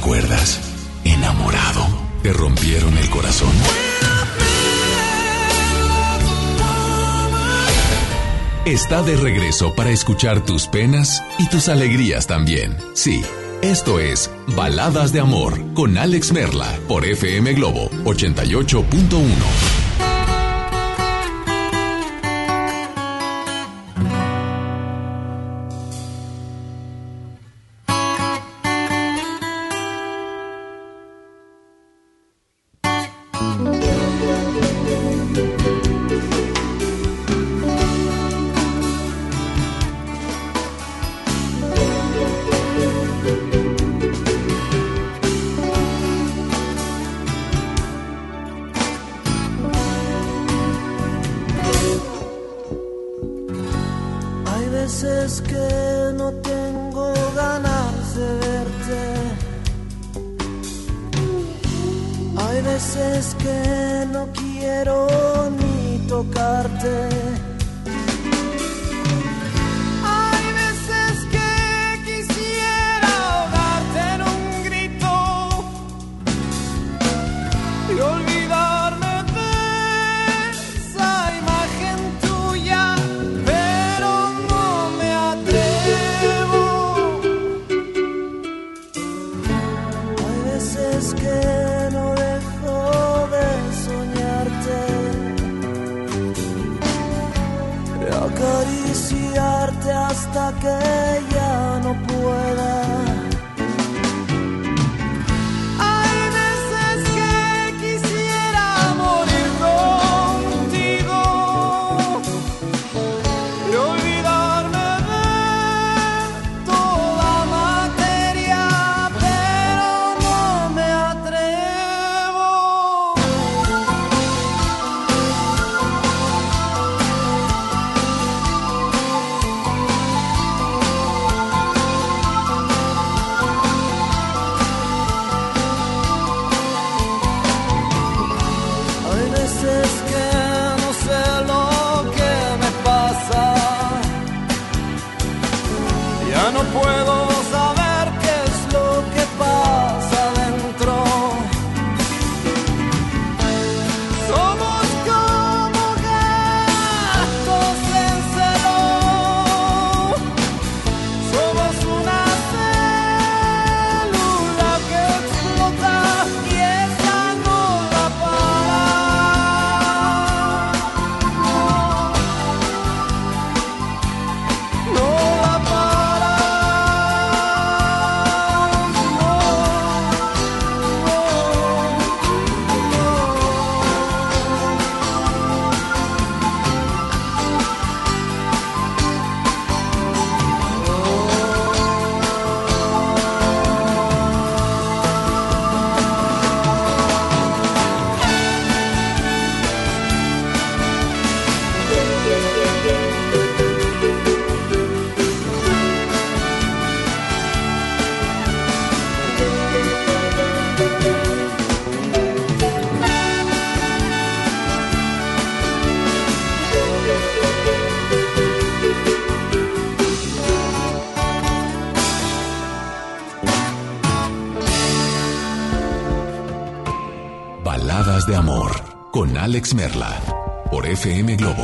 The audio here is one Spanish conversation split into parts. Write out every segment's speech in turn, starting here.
recuerdas? ¿Enamorado? ¿Te rompieron el corazón? Está de regreso para escuchar tus penas y tus alegrías también. Sí, esto es Baladas de Amor con Alex Merla por FM Globo 88.1. De Amor con Alex Merla por FM Globo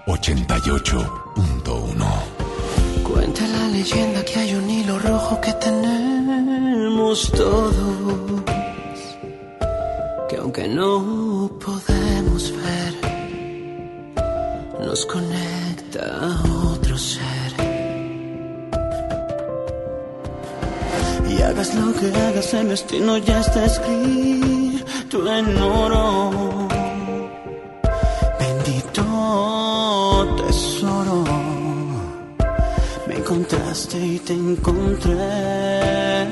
88.1. Cuenta la leyenda que hay un hilo rojo que tenemos todos, que aunque no podemos ver, nos conecta a otro ser. Y hagas lo que hagas, el destino ya está escrito en oro, bendito tesoro. Me encontraste y te encontré.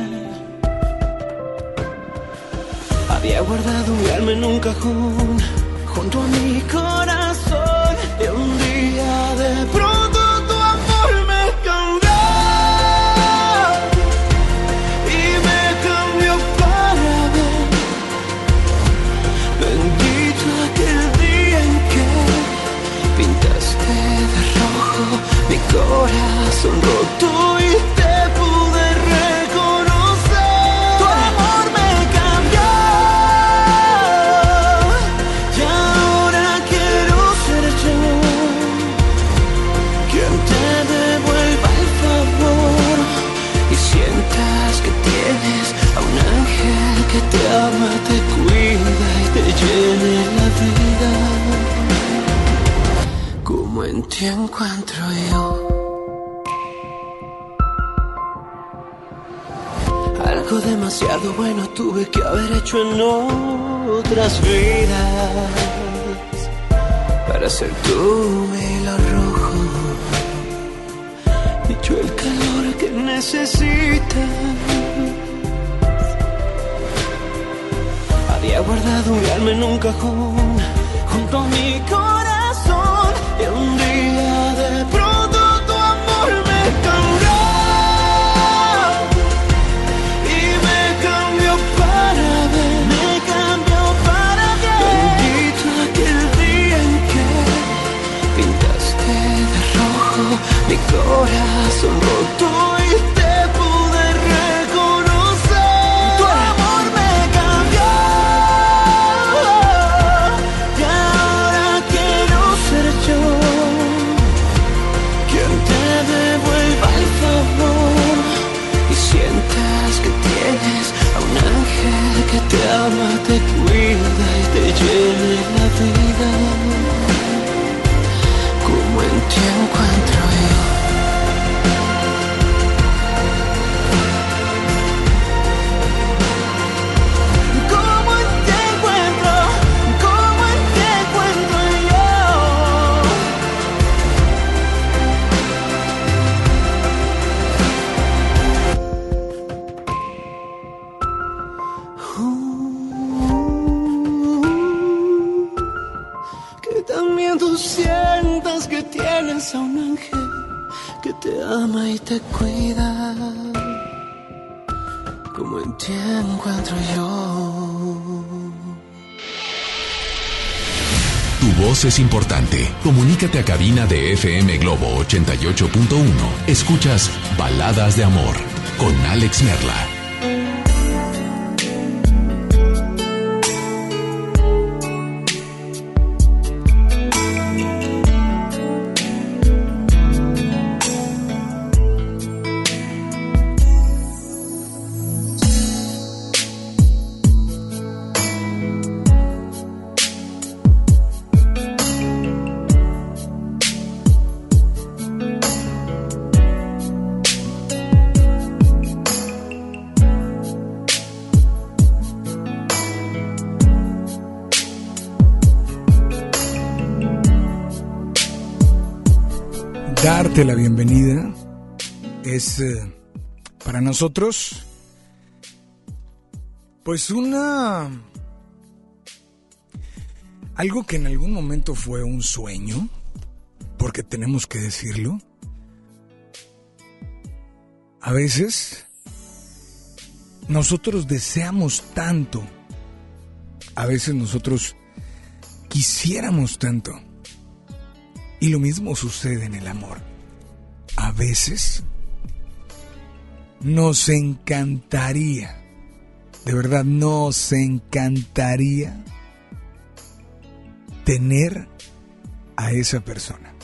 Había guardado mi alma en un cajón junto a mi corazón, y un día de pronto tu amor me cambió. Mi corazón roto y te pude reconocer. Tu amor que tienes a un ángel que te ama, te cuida y te llene la vida. Como en ti encuentro yo algo demasiado bueno, tuve que haber hecho en otras vidas para ser tú mi hilo rojo y yo el calor que necesitas. Había guardado mi alma en un cajón junto a mi corazón y un día de pronto tu amor me cambió. Mi corazón roto y te pude reconocer. Tu amor me cambió y ahora quiero ser yo quien te devuelva el favor y sientas que tienes a un ángel que te ama, te cuida y te llene la vida. Como en ti encuentro yo. Como en ti encuentro, como en ti encuentro yo. Que también tú sientas que tienes a un ángel que te ama y te cuida, como en ti encuentro yo. Tu voz es importante. Comunícate a cabina de FM Globo 88.1. Escuchas Baladas de Amor con Alex Merla. Darte la bienvenida es para nosotros pues algo que en algún momento fue un sueño, porque tenemos que decirlo. A veces nosotros deseamos tanto, a veces nosotros quisiéramos tanto. Y lo mismo sucede en el amor. A veces nos encantaría, de verdad nos encantaría tener a esa persona.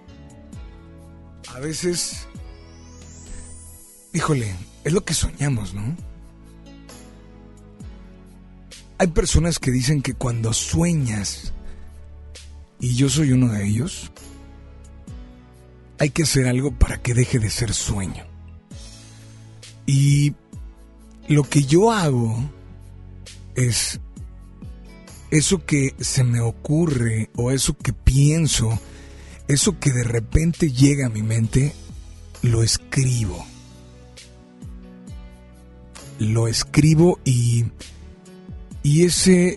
A veces, híjole, es lo que soñamos, ¿no? Hay personas que dicen que cuando sueñas, y yo soy uno de ellos, hay que hacer algo para que deje de ser sueño. Y lo que yo hago es eso que se me ocurre o eso que pienso, eso que de repente llega a mi mente, lo escribo. Lo escribo y ese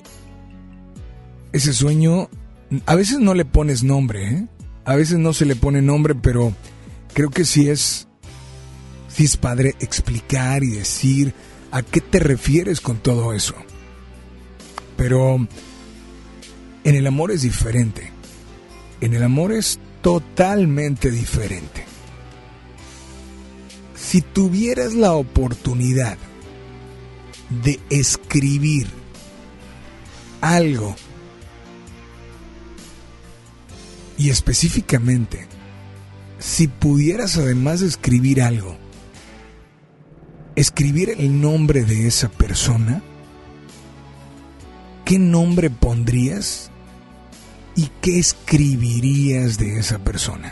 sueño, a veces no le pones nombre, ¿eh? A veces no se le pone nombre, pero creo que sí es padre explicar y decir a qué te refieres con todo eso. Pero en el amor es diferente. En el amor es totalmente diferente. Si tuvieras la oportunidad de escribir algo, y específicamente, si pudieras además de escribir algo, escribir el nombre de esa persona, ¿qué nombre pondrías y qué escribirías de esa persona?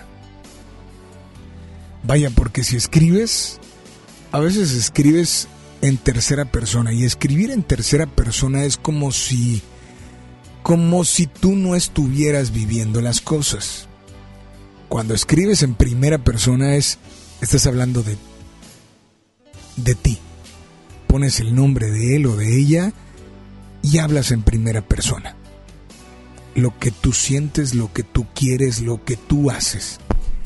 Vaya, porque si escribes, a veces escribes en tercera persona, y escribir en tercera persona es como si tú no estuvieras viviendo las cosas. Cuando escribes en primera persona estás hablando de ti. Pones el nombre de él o de ella y hablas en primera persona. Lo que tú sientes, lo que tú quieres, lo que tú haces.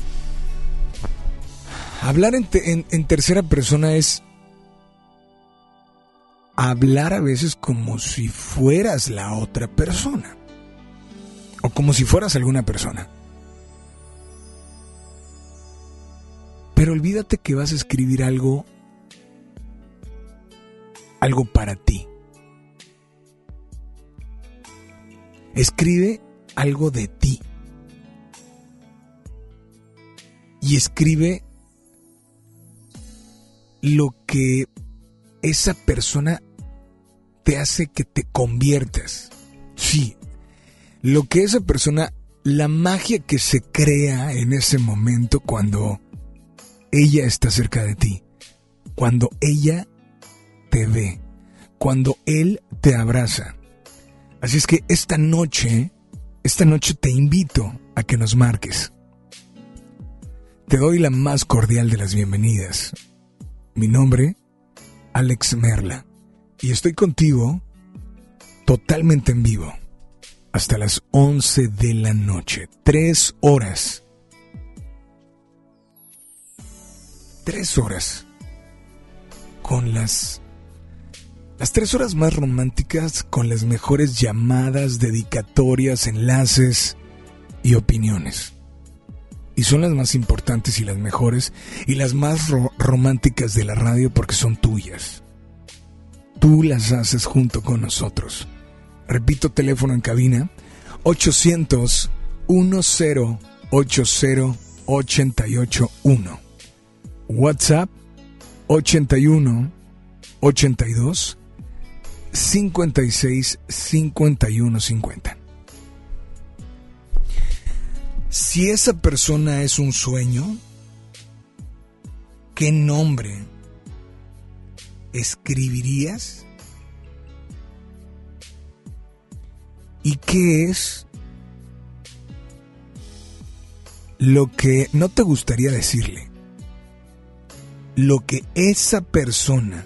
Hablar en tercera persona es hablar a veces como si fueras la otra persona. O como si fueras alguna persona. Pero olvídate que vas a escribir algo para ti. Escribe algo de ti. Y escribe lo que esa persona te hace que te conviertas. Sí, lo que esa persona, la magia que se crea en ese momento cuando ella está cerca de ti, cuando ella te ve, cuando él te abraza. Así es que esta noche te invito a que nos marques. Te doy la más cordial de las bienvenidas. Mi nombre, Alex Merla, y estoy contigo totalmente en vivo hasta las 11 de la noche. 3 horas. 3 horas con las 3 horas más románticas, con las mejores llamadas, dedicatorias, enlaces y opiniones. Y son las más importantes y las mejores y las más románticas de la radio porque son tuyas. Tú las haces junto con nosotros. Repito, teléfono en cabina 800-1080-881. WhatsApp 81 82 56 51 50. Si esa persona es un sueño, ¿qué nombre escribirías? ¿Y qué es lo que no te gustaría decirle? Lo que esa persona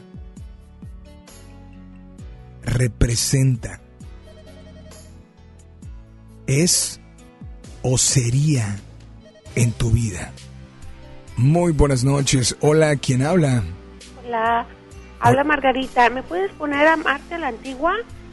representa, es o sería en tu vida. Muy buenas noches. Hola, ¿quién habla? Hola, habla Margarita. ¿Me puedes poner a Marte a la Antigua?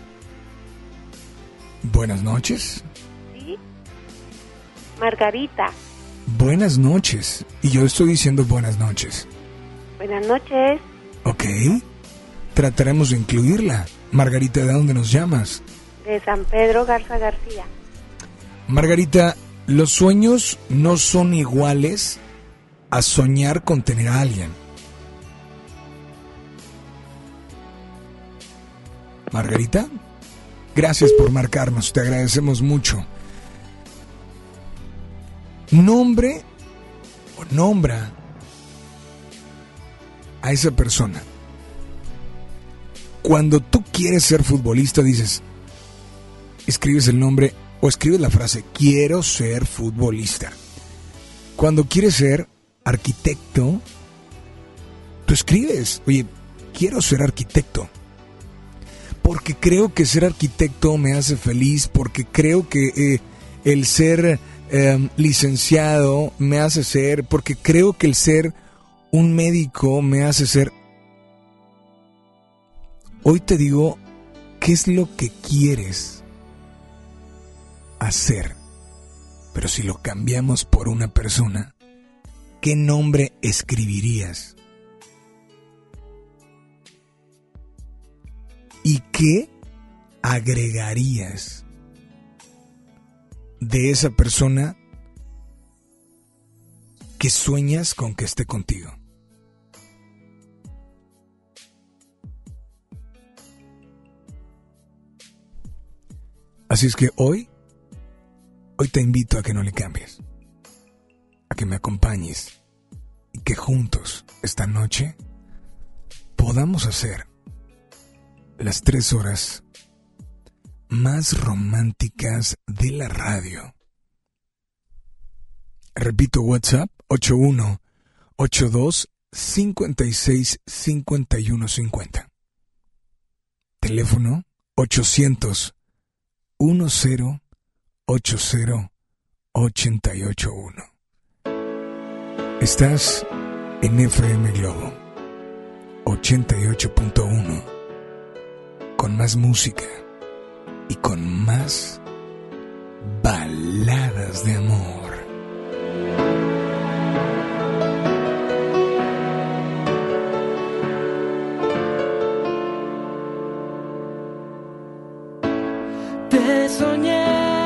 Buenas noches. Sí, Margarita. Buenas noches. Y yo estoy diciendo buenas noches. Buenas noches. Ok. Trataremos de incluirla. Margarita, ¿de dónde nos llamas? De San Pedro Garza García. Margarita, los sueños no son iguales a soñar con tener a alguien. Margarita, gracias por marcarnos, te agradecemos mucho. Nombre o nombra a esa persona. Cuando tú quieres ser futbolista, dices, escribes el nombre o escribes la frase, quiero ser futbolista. Cuando quieres ser arquitecto, tú escribes, oye, quiero ser arquitecto. Porque creo que ser arquitecto me hace feliz, porque creo que el ser licenciado me hace ser, porque creo que el ser un médico me hace ser. Hoy te digo, ¿qué es lo que quieres hacer? Pero si lo cambiamos por una persona, ¿qué nombre escribirías? ¿Y qué agregarías de esa persona que sueñas con que esté contigo? Así es que hoy te invito a que no le cambies, a que me acompañes y que juntos esta noche podamos hacer las 3 horas más románticas de la radio. Repito, WhatsApp 8182-565150. Teléfono 800-1080-881. Estás en FM Globo 88.1 con más música y con más baladas de amor. Te soñé,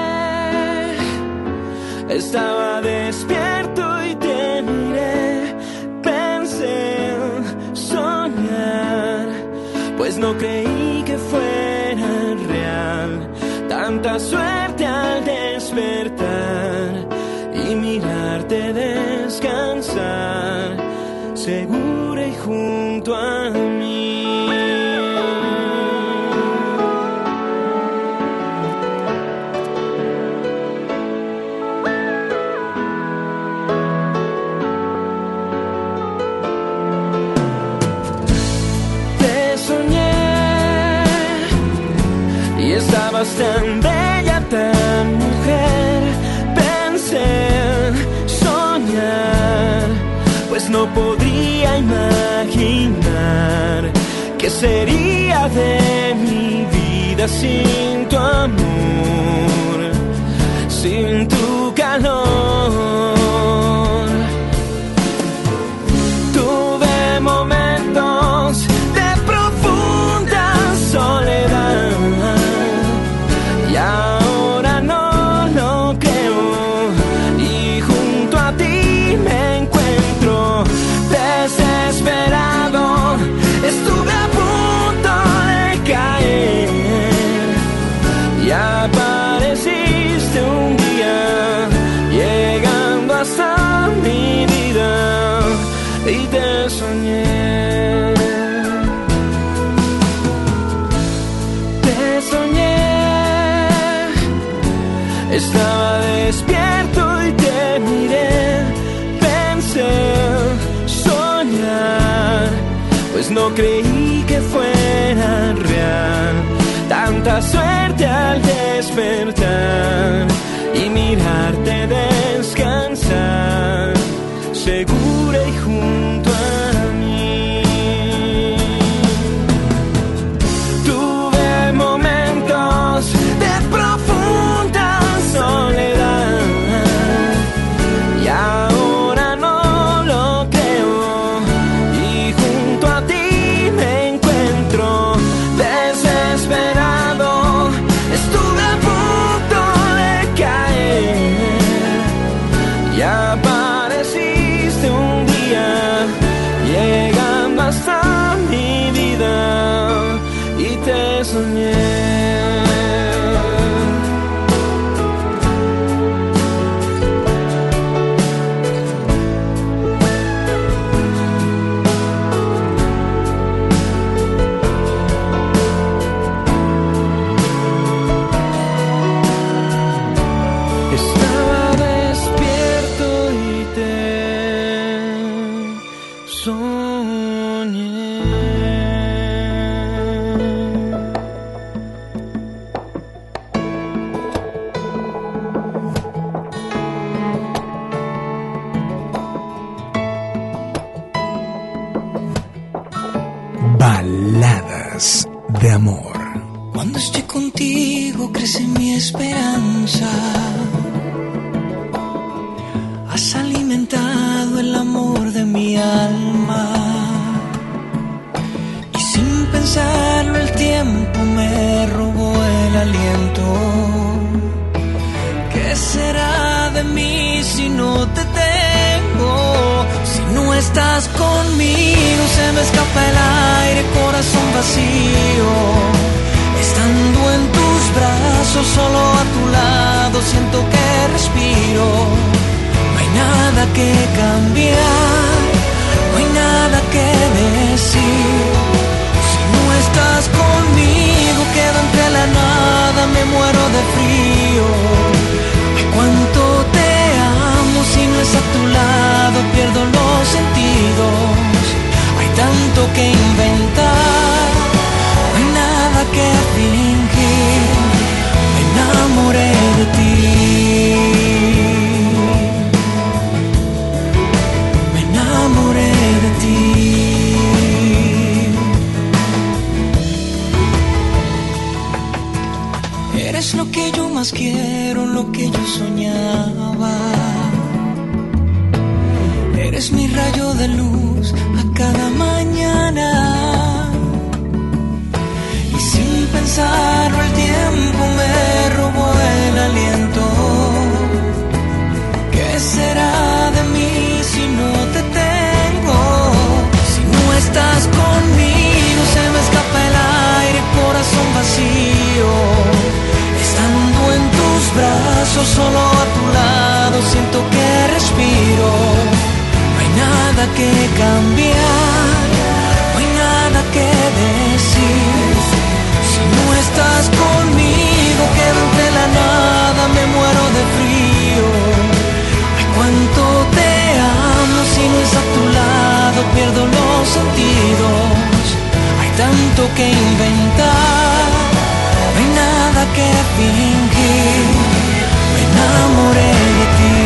estaba despierto y te miré, pensé soñar, pues no creí que fuera real, tanta suerte al despertar y mirarte descansar, segura y junto a mí. Estabas tan bella, tan mujer, pensé soñar, pues no podría imaginar qué sería de mi vida sin tu amor, sin tu calor. Tuve momentos de profunda soledad. Y ahora no lo creo, y junto a ti me encuentro desesperado. Estuve a punto de caer y apareciste un día, llegando hasta mi vida, y te soñé. Estaba despierto y te miré, pensé soñar, pues no creí que fuera real, tanta suerte al despertar y mirarte descansar, segura y junto a mí. Tuve momentos de profunda soledad y ahora no lo creo, y junto a ti me encuentro desesperado. Estuve a punto de caer y apareciste un día, llegando hasta mi vida, y te soñé. Baladas de amor. Cuando estoy contigo crece mi esperanza. Has alimentado el amor de mi alma. Y sin pensarlo el tiempo me robó el aliento. ¿Qué será de mí si no te tengo? Si no estás conmigo se me escapa el aire, corazón vacío. Estando en tus brazos solo que cambiar, no hay nada que decir. Si no estás conmigo, quedo entre la nada, me muero de frío. Ay, cuánto te amo, si no es a tu lado, pierdo los sentidos. Hay tanto que inventar, no hay nada que fingir. Me enamoré de ti. Me enamoré de ti. Eres lo que yo más quiero, lo que yo soñaba. Eres mi rayo de luz a cada mañana. Y sin pensarlo el tiempo me robó el aliento. ¿Qué será de mí si no te tengo? Si no estás conmigo se me escapa el aire, corazón vacío. Estando en tus brazos, solo a tu lado, siento que respiro. No hay nada que cambiar, no hay nada que decir. Si no estás conmigo, quedo entre la nada, me muero de frío. Ay, cuánto te amo, si no es a tu lado, pierdo los sentidos. Hay tanto que inventar, no hay nada que fingir. Me enamoré de ti.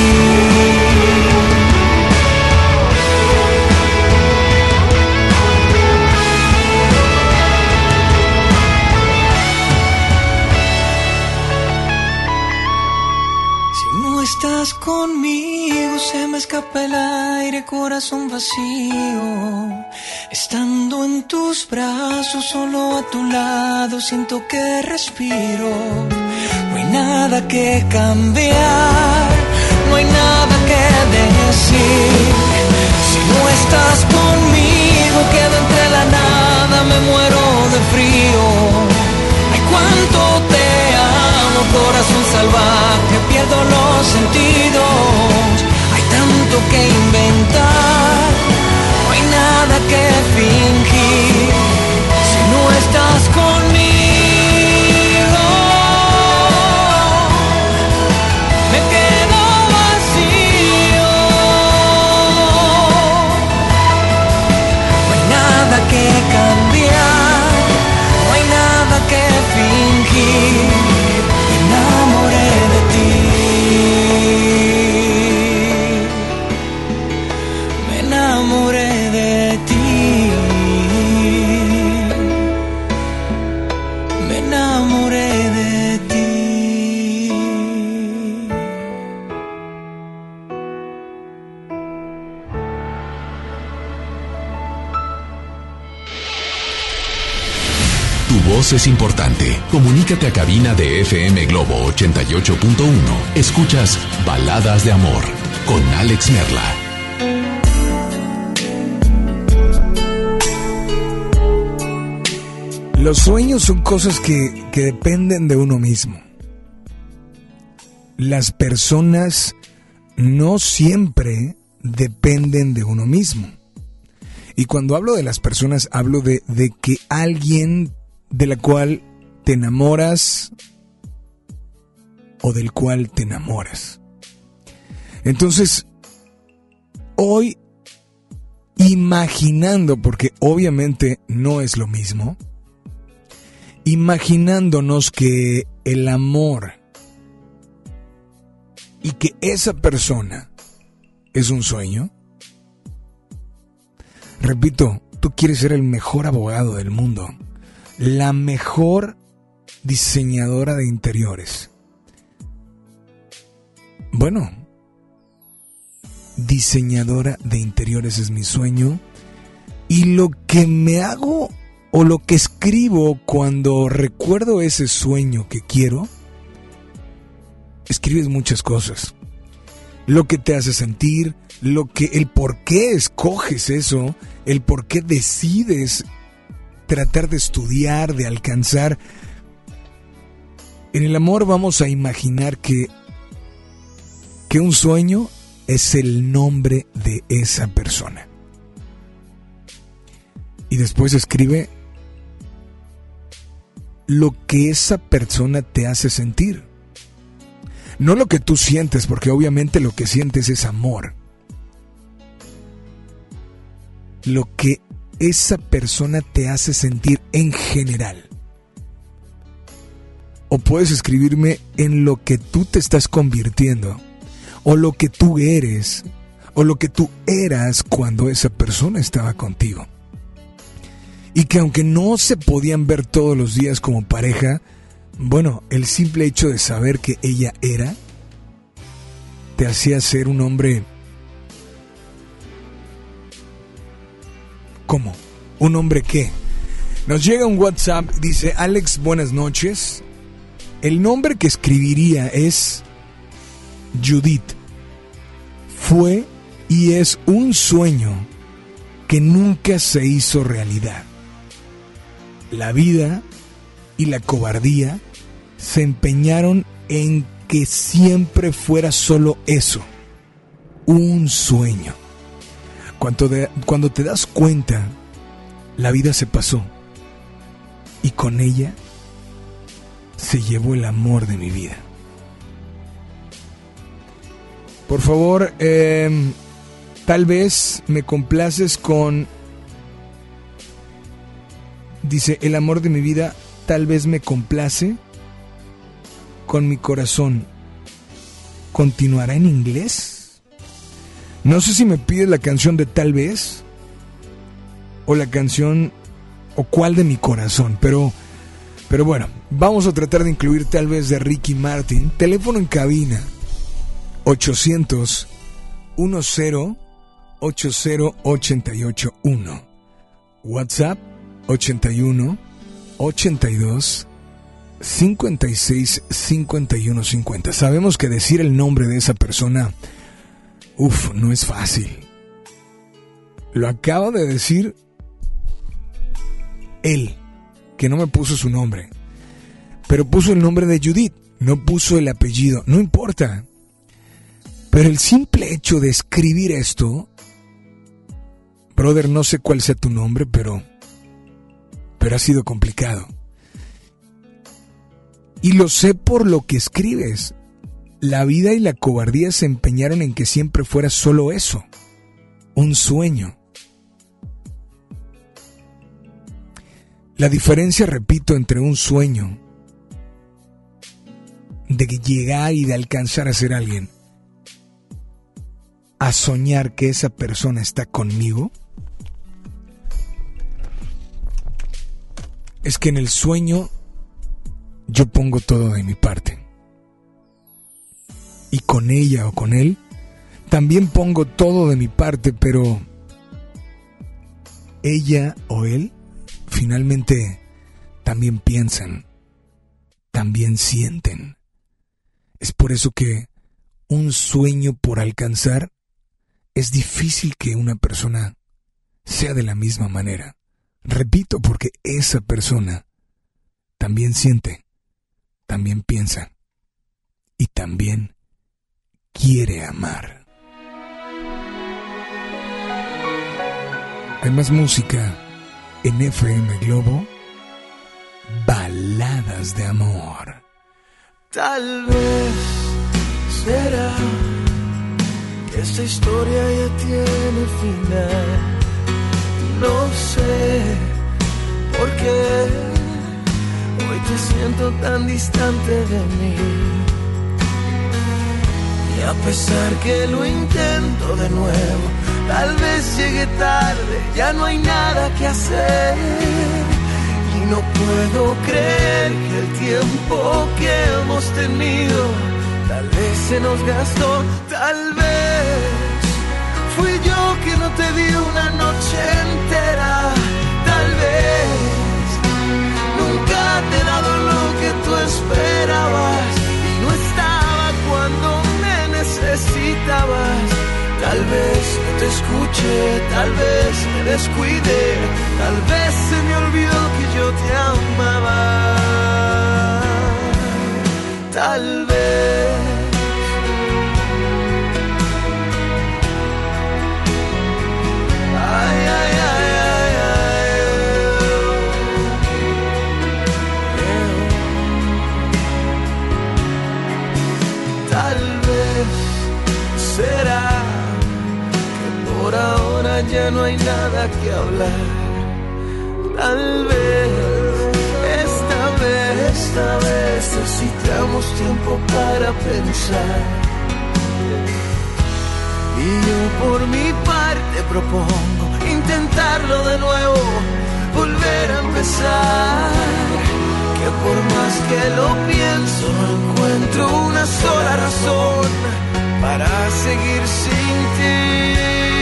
Estás conmigo, se me escapa el aire, corazón vacío. Estando en tus brazos, solo a tu lado, siento que respiro. No hay nada que cambiar, no hay nada que decir. Si no estás conmigo, quedo entre la nada, me muero de frío. Ay, cuánto te amo, corazón salvaje, pierdo los sentidos. Hay tanto que inventar, no hay nada que fingir. Si no estás conmigo, me quedo vacío. No hay nada que cambiar, no hay nada que fingir. Me enamoré de ti. Me enamoré de ti. Me enamoré de ti. Tu voz es importante. Comunícate a cabina de FM Globo 88.1. Escuchas Baladas de Amor con Alex Merla. Los sueños son cosas que dependen de uno mismo. Las personas no siempre dependen de uno mismo. Y cuando hablo de las personas, hablo de que alguien de la cual te enamoras o del cual te enamoras. Entonces, hoy, imaginando, porque obviamente no es lo mismo, imaginándonos que el amor y que esa persona es un sueño. Repito, tú quieres ser el mejor abogado del mundo, la mejor diseñadora de interiores. Bueno, diseñadora de interiores es mi sueño, y lo que me hago o lo que escribo cuando recuerdo ese sueño que quiero, escribes muchas cosas. Lo que te hace sentir, el por qué escoges eso, el por qué decides tratar de estudiar, de alcanzar. En el amor vamos a imaginar que un sueño es el nombre de esa persona. Y después escribe lo que esa persona te hace sentir. No lo que tú sientes, porque obviamente lo que sientes es amor. Lo que esa persona te hace sentir en general. O puedes escribirme en lo que tú te estás convirtiendo, o lo que tú eres, o lo que tú eras cuando esa persona estaba contigo. Y que aunque no se podían ver todos los días como pareja, bueno, el simple hecho de saber que ella era, te hacía ser un hombre... ¿Cómo? ¿Un hombre qué? Nos llega un WhatsApp, dice: Alex, buenas noches. El nombre que escribiría es Judith. Fue y es un sueño que nunca se hizo realidad. La vida y la cobardía se empeñaron en que siempre fuera solo eso, un sueño. Cuando te das cuenta, la vida se pasó y con ella se llevó el amor de mi vida. Por favor, tal vez me complaces con... Dice: el amor de mi vida tal vez me complace con mi corazón. ¿Continuará en inglés? No sé si me pides la canción de Tal vez o la canción o cuál de mi corazón, pero bueno, vamos a tratar de incluir Tal vez de Ricky Martin. Teléfono en cabina 800 10 80 881. WhatsApp 81 82 56 51 50. Sabemos que decir el nombre de esa persona, no es fácil. Lo acaba de decir él, que no me puso su nombre, pero puso el nombre de Judith, no puso el apellido, no importa. Pero el simple hecho de escribir esto, brother, no sé cuál sea tu nombre, pero ha sido complicado. Y lo sé por lo que escribes. La vida y la cobardía se empeñaron en que siempre fuera solo eso, un sueño. La diferencia, repito, entre un sueño de llegar y de alcanzar a ser alguien, a soñar que esa persona está conmigo, es que en el sueño yo pongo todo de mi parte. Y con ella o con él también pongo todo de mi parte, pero ella o él finalmente también piensan, también sienten. Es por eso que un sueño por alcanzar es difícil que una persona sea de la misma manera. Repito, porque esa persona también siente, también piensa y también quiere amar. Hay más música en FM Globo. Baladas de amor. Tal vez será que esta historia ya tiene final. No sé por qué hoy te siento tan distante de mí. Y a pesar que lo intento de nuevo, tal vez llegue tarde, ya no hay nada que hacer. Y no puedo creer que el tiempo que hemos tenido tal vez se nos gastó. Tal vez fui yo que no te di una noche entera. Tal vez nunca te he dado lo que tú esperabas y no estaba cuando me necesitabas. Tal vez no te escuché, tal vez me descuidé, tal vez se me olvidó que yo te amaba. Tal vez nada que hablar. Tal vez esta vez necesitamos tiempo para pensar. Y yo por mi parte propongo intentarlo de nuevo, volver a empezar. Que por más que lo pienso no encuentro una sola razón para seguir sin ti.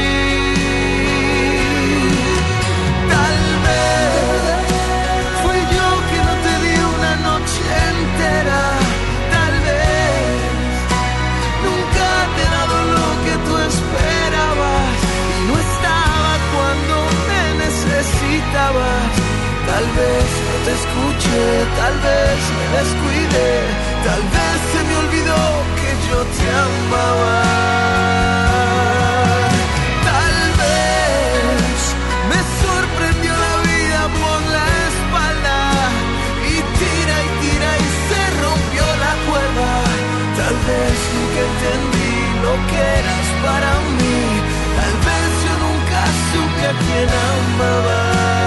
Tal vez fui yo que no te di una noche entera. Tal vez nunca te he dado lo que tú esperabas y no estaba cuando me necesitabas. Tal vez no te escuché, tal vez me descuidé, tal vez se me olvidó que yo te amaba. Tal vez me sorprendió la vida por la espalda y tira y se rompió la cuerda. Tal vez nunca entendí lo que eras para mí, tal vez yo nunca supe a quién amaba.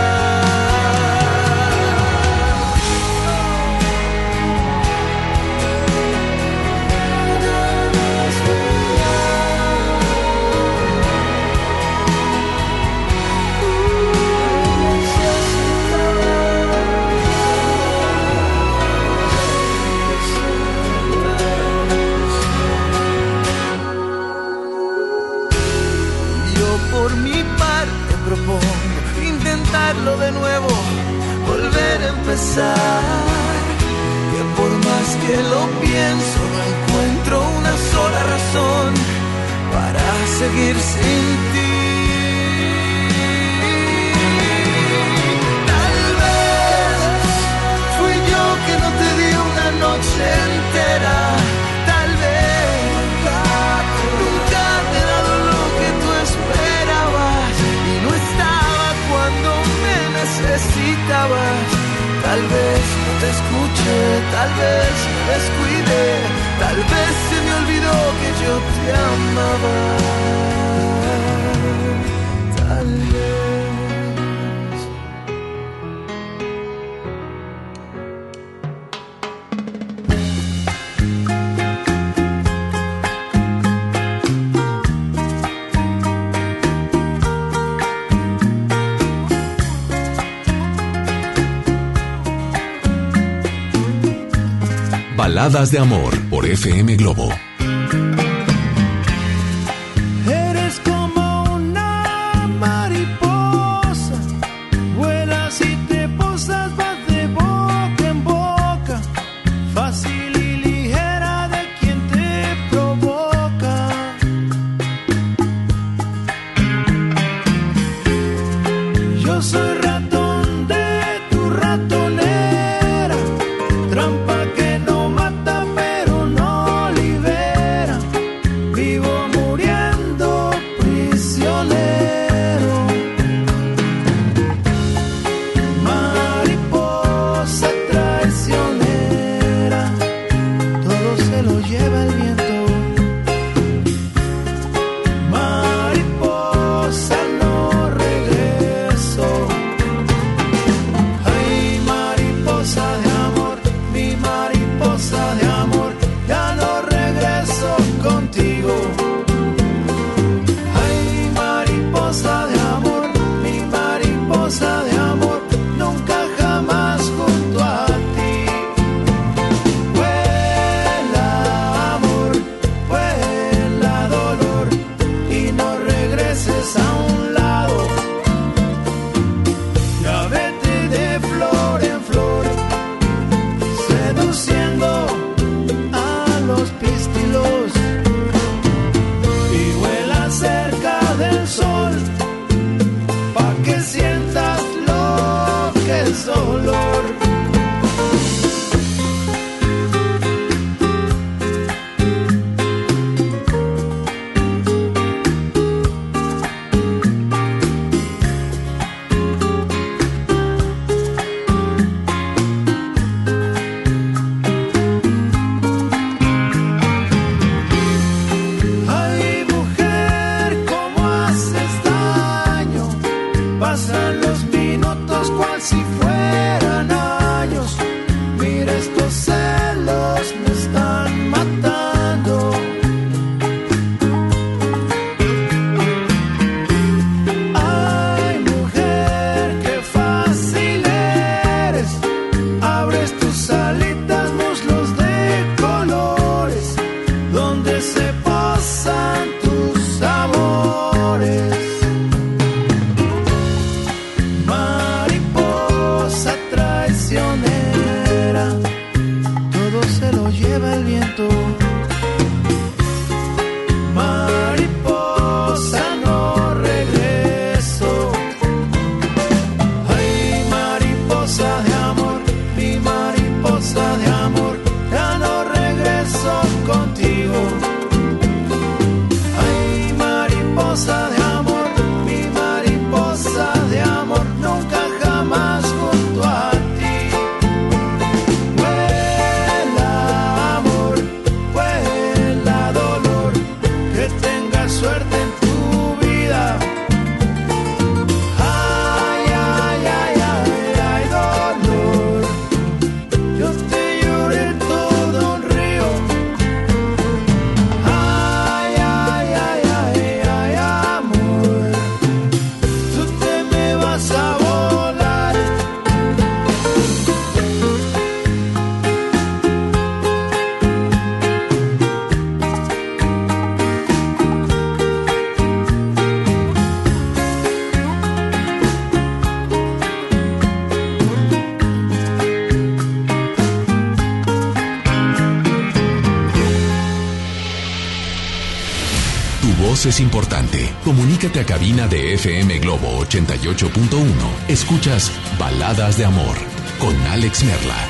Intentarlo de nuevo, volver a empezar. Que por más que lo pienso no encuentro una sola razón para seguir sin ti. Tal vez fui yo que no te di una noche entera. Tal vez nunca te he dado lo que tú esperabas y no estaba cuando me necesitabas. Tal vez no te escuché, tal vez me descuidé, tal vez se me olvidó que yo te amaba. Tal vez. Baladas de amor por FM Globo. Eres como una mariposa, vuelas y te posas, vas de boca en boca, fácil y ligera de quien te provoca. Yo soy ratón de tu ratonera, trampa que no mata pero no libera, vivo muriendo prisionero. Mariposa traicionera, todo se lo lleva el viento. Mariposa no regreso. Ay, mariposa de amor, mi mariposa de amor, ya no regreso contigo. Ay, mariposa de amor, mi mariposa de amor, nunca jamás junto a ti. Vuela amor, vuela dolor y no regreses a un lado. Ya vete de flor en flor, seduciendo a los pistilos y vuela cerca del sol pa' que sientas lo que es dolor. Ay, mujer, cómo haces daño voz es importante. Comunícate a cabina de FM Globo 88.1. Escuchas Baladas de Amor con Alex Merla.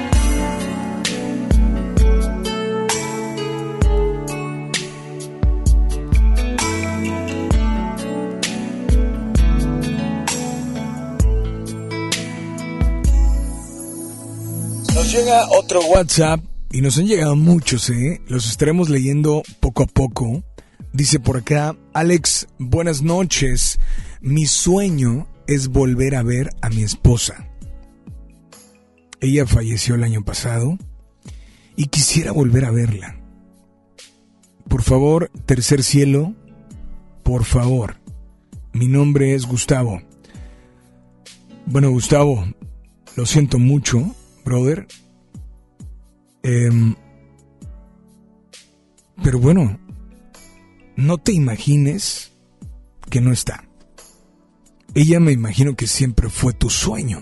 Nos llega otro WhatsApp y nos han llegado muchos, los estaremos leyendo poco a poco. Dice por acá, Alex, buenas noches. Mi sueño es volver a ver a mi esposa. Ella falleció el año pasado y quisiera volver a verla. Por favor, tercer cielo, por favor. Mi nombre es Gustavo. Bueno, Gustavo, lo siento mucho, brother. Pero bueno, no te imagines que no está. Ella me imagino que siempre fue tu sueño.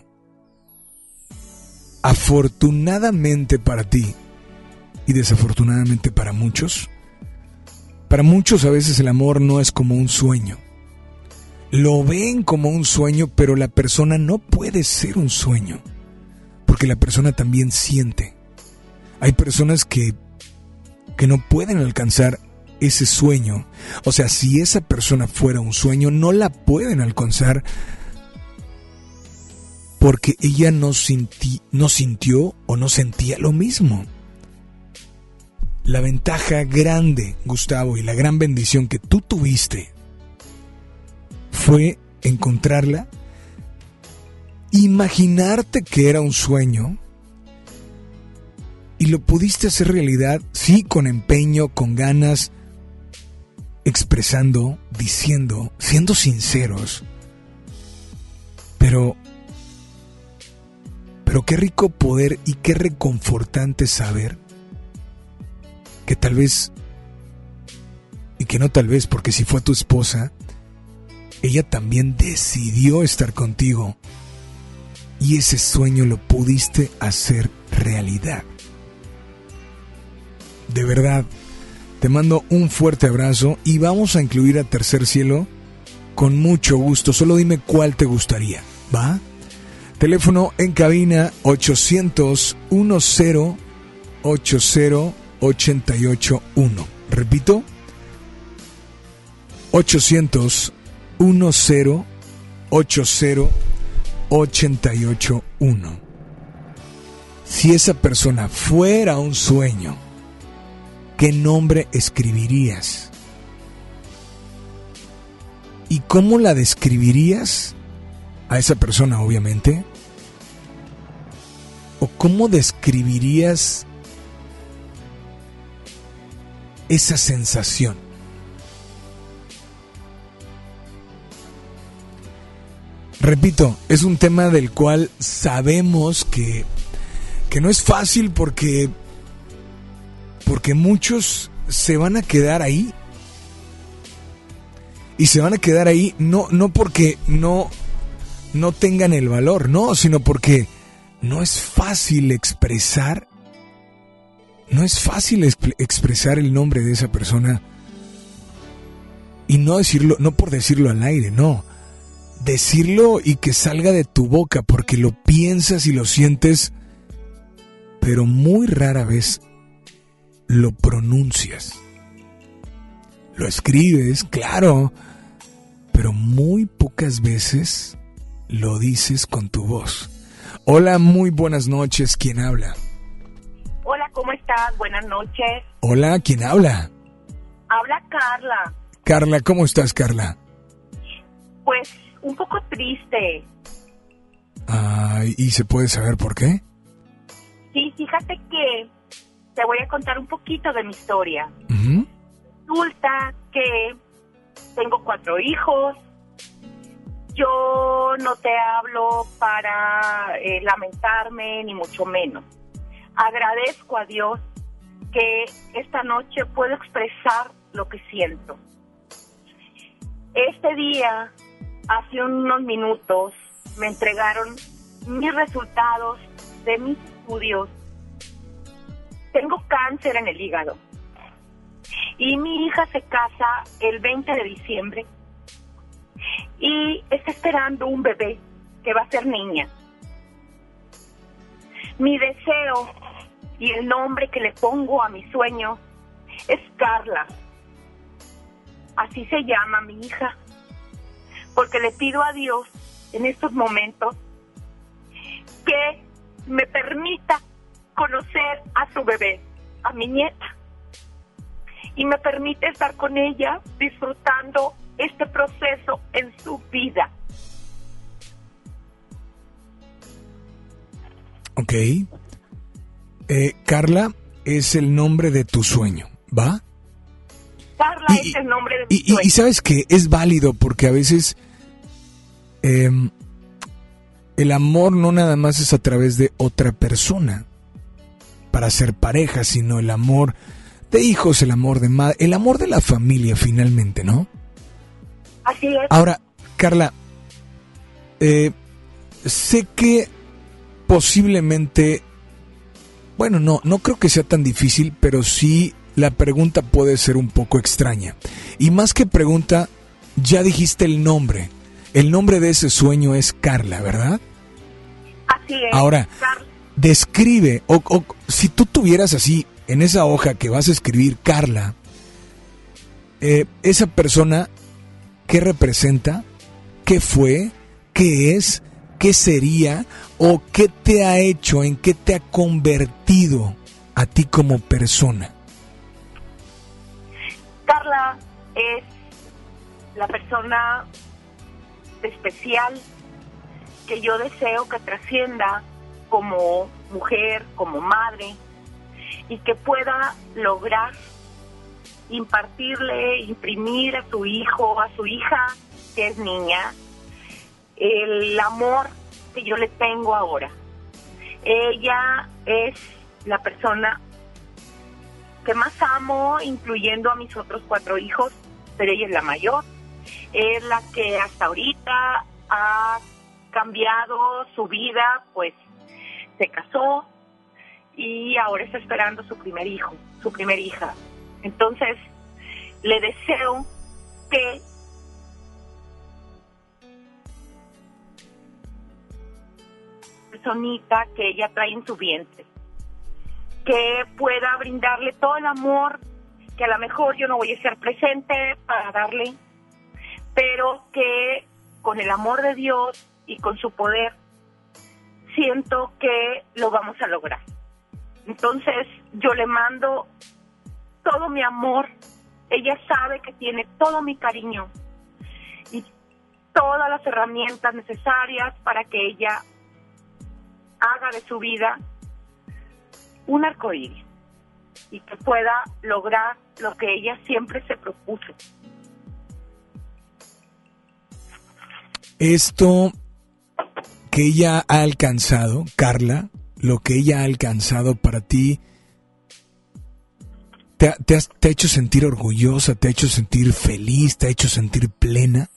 Afortunadamente para ti y desafortunadamente para muchos a veces el amor no es como un sueño. Lo ven como un sueño, pero la persona no puede ser un sueño, porque la persona también siente. Hay personas que no pueden alcanzar ese sueño. O sea, si esa persona fuera un sueño, no la pueden alcanzar porque ella no sintió o no sentía lo mismo. La ventaja grande, Gustavo, y la gran bendición que tú tuviste fue encontrarla, imaginarte que era un sueño y lo pudiste hacer realidad, sí, con empeño, con ganas, expresando, diciendo, siendo sinceros. Pero qué rico poder y qué reconfortante saber que tal vez, y que no tal vez, porque si fue tu esposa, ella también decidió estar contigo y ese sueño lo pudiste hacer realidad. De verdad, te mando un fuerte abrazo y vamos a incluir a Tercer Cielo con mucho gusto. Solo dime cuál te gustaría, ¿va? Teléfono en cabina 800-10-80-881. Repito, 800-10-80-881. Si esa persona fuera un sueño, ¿qué nombre escribirías? ¿Y cómo la describirías a esa persona, obviamente? ¿O cómo describirías esa sensación? Repito, es un tema del cual sabemos que no es fácil porque muchos se van a quedar ahí. Y se van a quedar ahí no porque no tengan el valor, no, sino porque no es fácil expresar. No es fácil expresar el nombre de esa persona. Y no decirlo, no por decirlo al aire, no. Decirlo y que salga de tu boca porque lo piensas y lo sientes, pero muy rara vez lo pronuncias. Lo escribes, claro, pero muy pocas veces lo dices con tu voz. Hola, muy buenas noches. ¿Quién habla? Hola, ¿cómo estás? Buenas noches. Hola, ¿quién habla? Habla Carla. Carla, ¿cómo estás, Carla? Pues un poco triste. Ay, ¿y se puede saber por qué? Sí, fíjate que te voy a contar un poquito de mi historia. Uh-huh. Resulta que tengo 4 hijos. Yo no te hablo para lamentarme, ni mucho menos. Agradezco a Dios que esta noche puedo expresar lo que siento. Este día, hace unos minutos, me entregaron mis resultados de mis estudios. Tengo cáncer en el hígado. Y mi hija se casa el 20 de diciembre y está esperando un bebé que va a ser niña. Mi deseo y el nombre que le pongo a mi sueño es Carla. Así se llama mi hija, porque le pido a Dios en estos momentos que me permita conocer a su bebé, a mi nieta, y me permite estar con ella disfrutando este proceso en su vida. Ok. Carla es el nombre de tu sueño, ¿va? Carla es el nombre de mi sueño. Y sabes que es válido porque a veces el amor no nada más es a través de otra persona para ser pareja, sino el amor de hijos, el amor de madre, el amor de la familia finalmente, ¿no? Así es. Ahora, Carla, sé que posiblemente, bueno, no creo que sea tan difícil, pero sí la pregunta puede ser un poco extraña. Y más que pregunta, ya dijiste el nombre. El nombre de ese sueño es Carla, ¿verdad? Así es. Ahora, describe, o si tú tuvieras así, en esa hoja que vas a escribir Carla, esa persona, ¿qué representa? ¿Qué fue? ¿Qué es? ¿Qué sería? ¿O qué te ha hecho? ¿En qué te ha convertido a ti como persona? Carla es la persona especial que yo deseo que trascienda como mujer, como madre, y que pueda lograr impartirle, imprimir a su hijo, a su hija, que es niña, el amor que yo le tengo ahora. Ella es la persona que más amo, incluyendo a mis otros 4 hijos, pero ella es la mayor. Es la que hasta ahorita ha cambiado su vida, pues se casó y ahora está esperando su primer hijo, su primer hija. Entonces, le deseo que personita que ella trae en su vientre, que pueda brindarle todo el amor que a lo mejor yo no voy a estar presente para darle, pero que con el amor de Dios y con su poder siento que lo vamos a lograr. Entonces yo le mando todo mi amor. Ella sabe que tiene todo mi cariño y todas las herramientas necesarias para que ella haga de su vida un arcoíris y que pueda lograr lo que ella siempre se propuso. Esto que ella ha alcanzado, Carla, lo que ella ha alcanzado para ti, ¿te ha hecho sentir orgullosa, te ha hecho sentir feliz, te ha hecho sentir plena?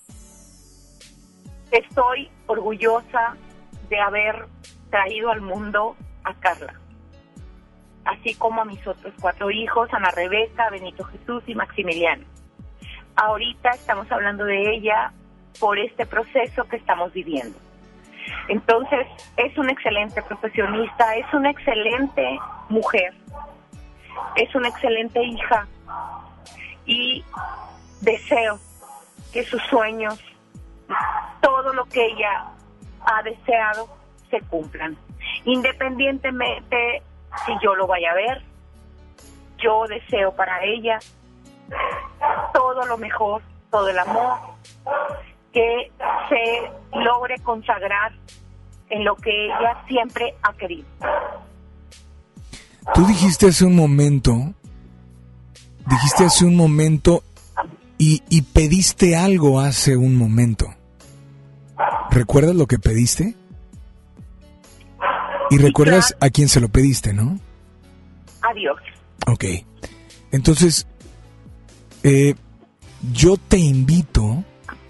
Estoy orgullosa de haber traído al mundo a Carla, así como a mis otros 4 hijos, Ana Rebeca, Benito Jesús y Maximiliano. Ahorita estamos hablando de ella por este proceso que estamos viviendo. Entonces, es una excelente profesionista, es una excelente mujer, es una excelente hija y deseo que sus sueños, todo lo que ella ha deseado, se cumplan. Independientemente si yo lo vaya a ver, yo deseo para ella todo lo mejor, todo el amor, que se logre consagrar en lo que ella siempre ha querido. Tú dijiste hace un momento y pediste algo hace un momento. ¿Recuerdas lo que pediste? Y recuerdas sí, claro. A quién se lo pediste, ¿no? A Dios. Ok. Entonces, yo te invito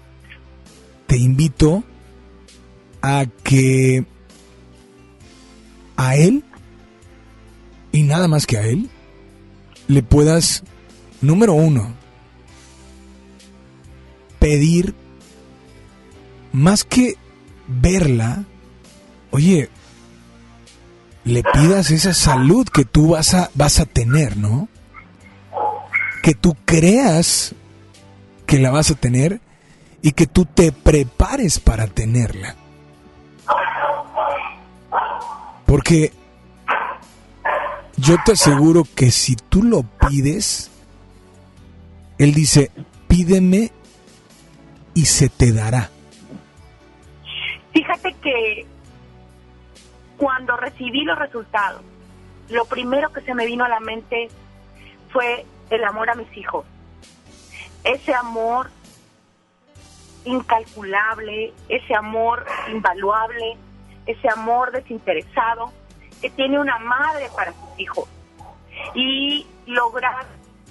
a que a él, y nada más que a él, le puedas número 1, pedir, más que verla, oye, le pidas esa salud que tú vas a tener, ¿no? Que tú creas que la vas a tener y que tú te prepares para tenerla. Porque yo te aseguro que si tú lo pides, Él dice, pídeme y se te dará. Fíjate que cuando recibí los resultados, lo primero que se me vino a la mente fue el amor a mis hijos. Ese amor incalculable, ese amor invaluable, ese amor desinteresado que tiene una madre para sus hijos. Y lograr...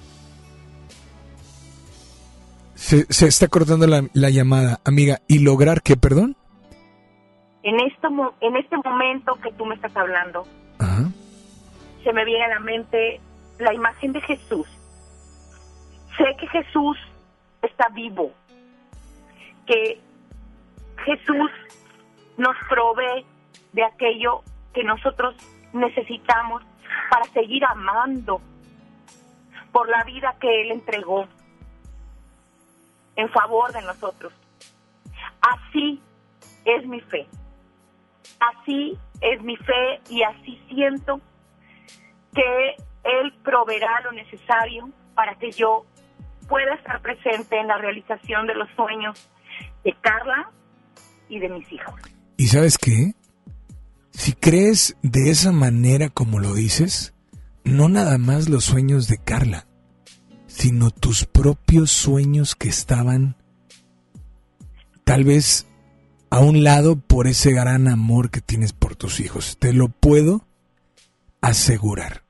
Se está cortando la llamada, amiga. ¿Y lograr qué, perdón? En este momento que tú me estás hablando, Ajá. se me viene a la mente la imagen de Jesús. Sé que Jesús está vivo, que Jesús nos provee de aquello que nosotros necesitamos para seguir amando por la vida que Él entregó en favor de nosotros. Así es mi fe. Así es mi fe y así siento que Él proveerá lo necesario para que yo pueda estar presente en la realización de los sueños de Carla y de mis hijos. ¿Y sabes qué? Si crees de esa manera como lo dices, no nada más los sueños de Carla, sino tus propios sueños que estaban tal vez a un lado por ese gran amor que tienes por tus hijos. Te lo puedo asegurar.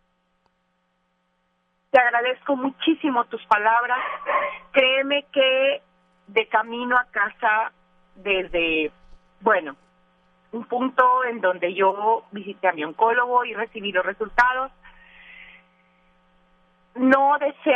Te agradezco muchísimo tus palabras. Créeme que de camino a casa, desde, un punto en donde yo visité a mi oncólogo y recibí los resultados, no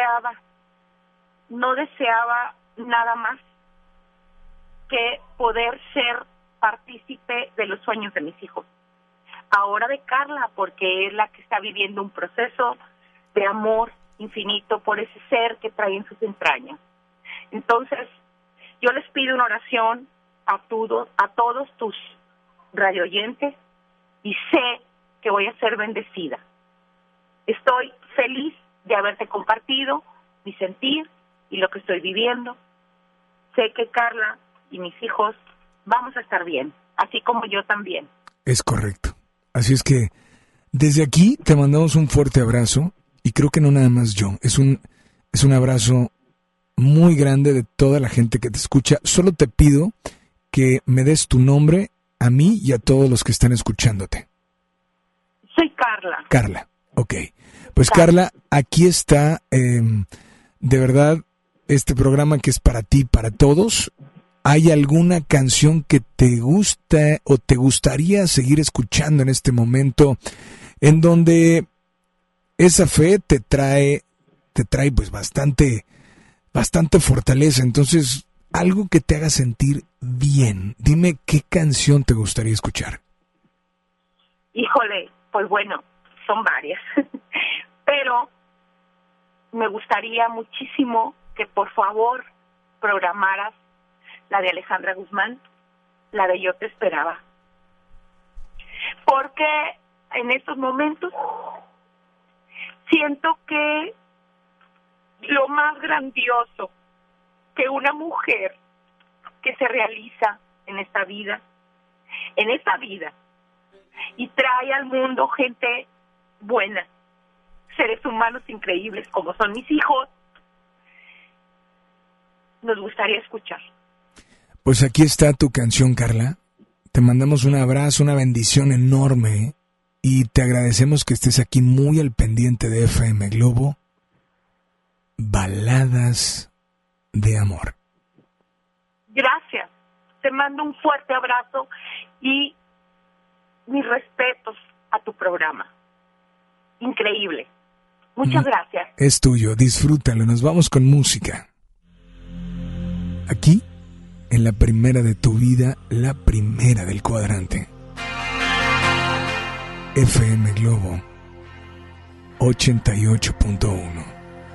deseaba nada más que poder ser partícipe de los sueños de mis hijos. Ahora de Carla, porque es la que está viviendo un proceso de amor infinito por ese ser que trae en sus entrañas. Entonces, yo les pido una oración a todos tus radioyentes y sé que voy a ser bendecida. Estoy feliz de haberte compartido mi sentir y lo que estoy viviendo. Sé que Carla y mis hijos vamos a estar bien, así como yo también. Es correcto. Así es que desde aquí te mandamos un fuerte abrazo y creo que no nada más yo. Es un abrazo muy grande de toda la gente que te escucha. Solo te pido que me des tu nombre a mí y a todos los que están escuchándote. Soy Carla. Carla, ok. Pues Carla, aquí está de verdad este programa que es para ti, para todos. ¿Hay alguna canción que te gusta o te gustaría seguir escuchando en este momento en donde esa fe te trae pues bastante fortaleza? Entonces, algo que te haga sentir bien. Dime qué canción te gustaría escuchar. Híjole, pues son varias. Pero me gustaría muchísimo que por favor programaras la de Alejandra Guzmán, la de Yo te esperaba. Porque en estos momentos siento que lo más grandioso que una mujer que se realiza en esta vida, y trae al mundo gente buena, seres humanos increíbles como son mis hijos, nos gustaría escuchar. Pues aquí está tu canción, Carla. Te mandamos un abrazo, una bendición enorme y te agradecemos que estés aquí muy al pendiente de FM Globo. Baladas de amor. Gracias. Te mando un fuerte abrazo y mis respetos a tu programa. Increíble. Muchas gracias. Es tuyo, disfrútalo. Nos vamos con música. Aquí, en la primera de tu vida, la primera del cuadrante. FM Globo 88.1.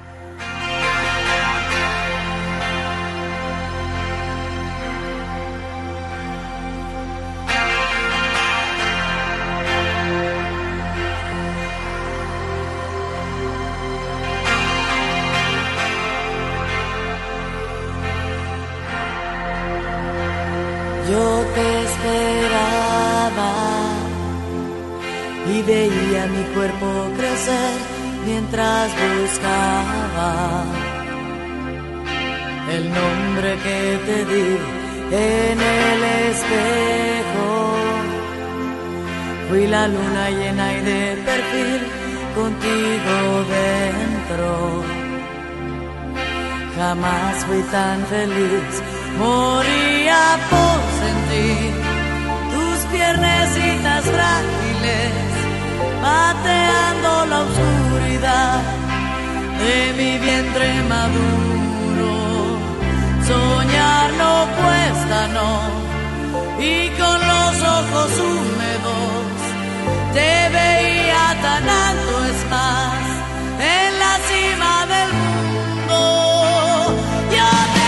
Yo te esperaba y veía mi cuerpo crecer mientras buscaba el nombre que te di en el espejo. Fui la luna llena y de perfil contigo dentro. Jamás fui tan feliz. Moría por sentir tus piernecitas frágiles pateando la oscuridad de mi vientre maduro. Soñar no cuesta, no, y con los ojos húmedos te veía tan alto, es más, en la cima del mundo. Yo te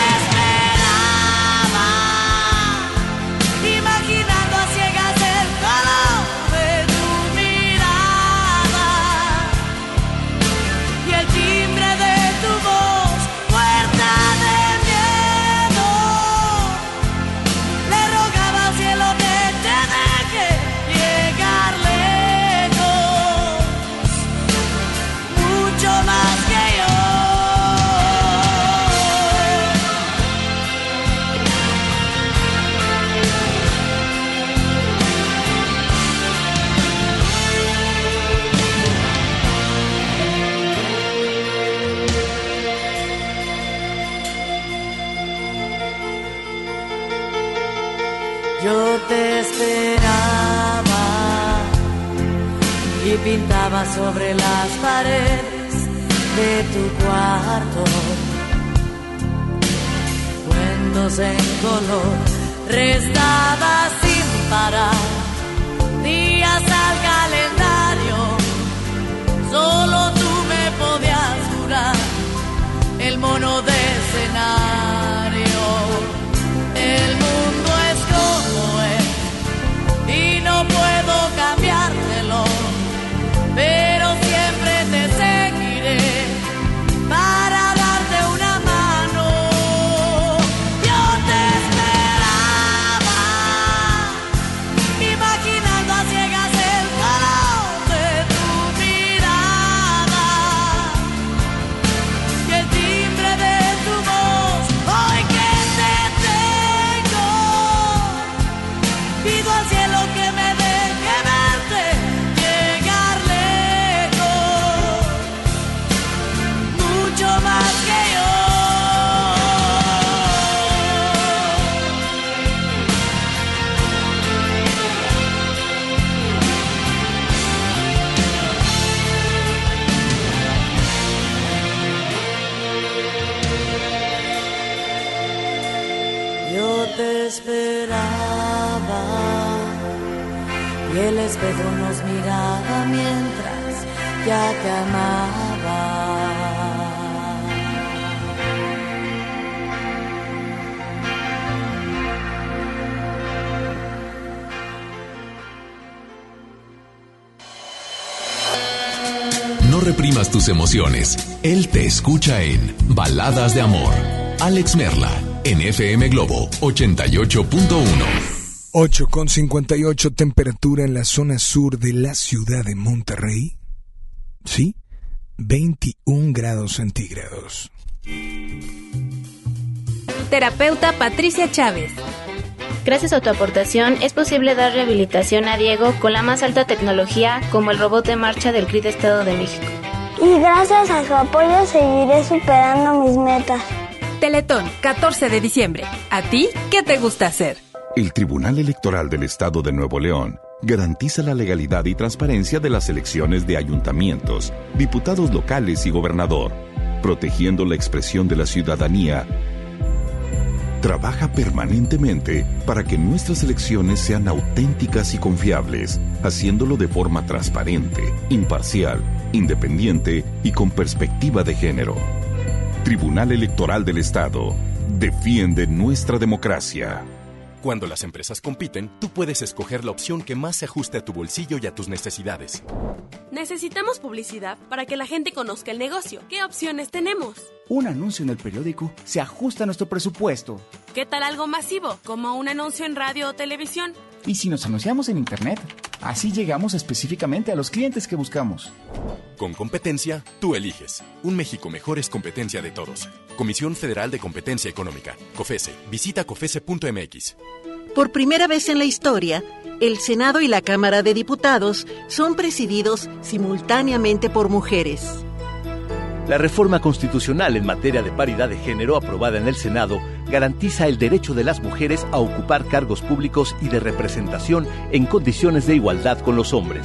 te esperaba y pintaba sobre las paredes de tu cuarto cuentos en color, restaba sin parar días al calendario. Solo tú me podías jurar el mono de escenario. El mundo es como es y no puedo cambiártelo, pero siempre te seguiré para darte una mano. Yo te esperaba, imaginando a ciegas el calor de tu mirada y el timbre de tu voz. Hoy que te tengo, pido al cielo que me deje verte llegar lejos, mucho más que yo. Yo te esperaba y el espejo nos miraba mientras ya te amaba. No reprimas tus emociones. Él te escucha en Baladas de Amor. Alex Merla, en FM Globo 88.1. 8:58 temperatura en la zona sur de la ciudad de Monterrey. Sí, 21 grados centígrados. Terapeuta Patricia Chávez. Gracias a tu aportación es posible dar rehabilitación a Diego con la más alta tecnología como el robot de marcha del CRID Estado de México. Y gracias a su apoyo seguiré superando mis metas. Teletón, 14 de diciembre. ¿A ti qué te gusta hacer? El Tribunal Electoral del Estado de Nuevo León garantiza la legalidad y transparencia de las elecciones de ayuntamientos, diputados locales y gobernador, protegiendo la expresión de la ciudadanía. Trabaja permanentemente para que nuestras elecciones sean auténticas y confiables, haciéndolo de forma transparente, imparcial, independiente y con perspectiva de género. Tribunal Electoral del Estado. Defiende nuestra democracia. Cuando las empresas compiten, tú puedes escoger la opción que más se ajuste a tu bolsillo y a tus necesidades. Necesitamos publicidad para que la gente conozca el negocio. ¿Qué opciones tenemos? Un anuncio en el periódico se ajusta a nuestro presupuesto. ¿Qué tal algo masivo, como un anuncio en radio o televisión? ¿Y si nos anunciamos en Internet? Así llegamos específicamente a los clientes que buscamos. Con competencia, tú eliges. Un México mejor es competencia de todos. Comisión Federal de Competencia Económica. COFESE. Visita COFESE.mx. Por primera vez en la historia, el Senado y la Cámara de Diputados son presididos simultáneamente por mujeres. La reforma constitucional en materia de paridad de género aprobada en el Senado garantiza el derecho de las mujeres a ocupar cargos públicos y de representación en condiciones de igualdad con los hombres.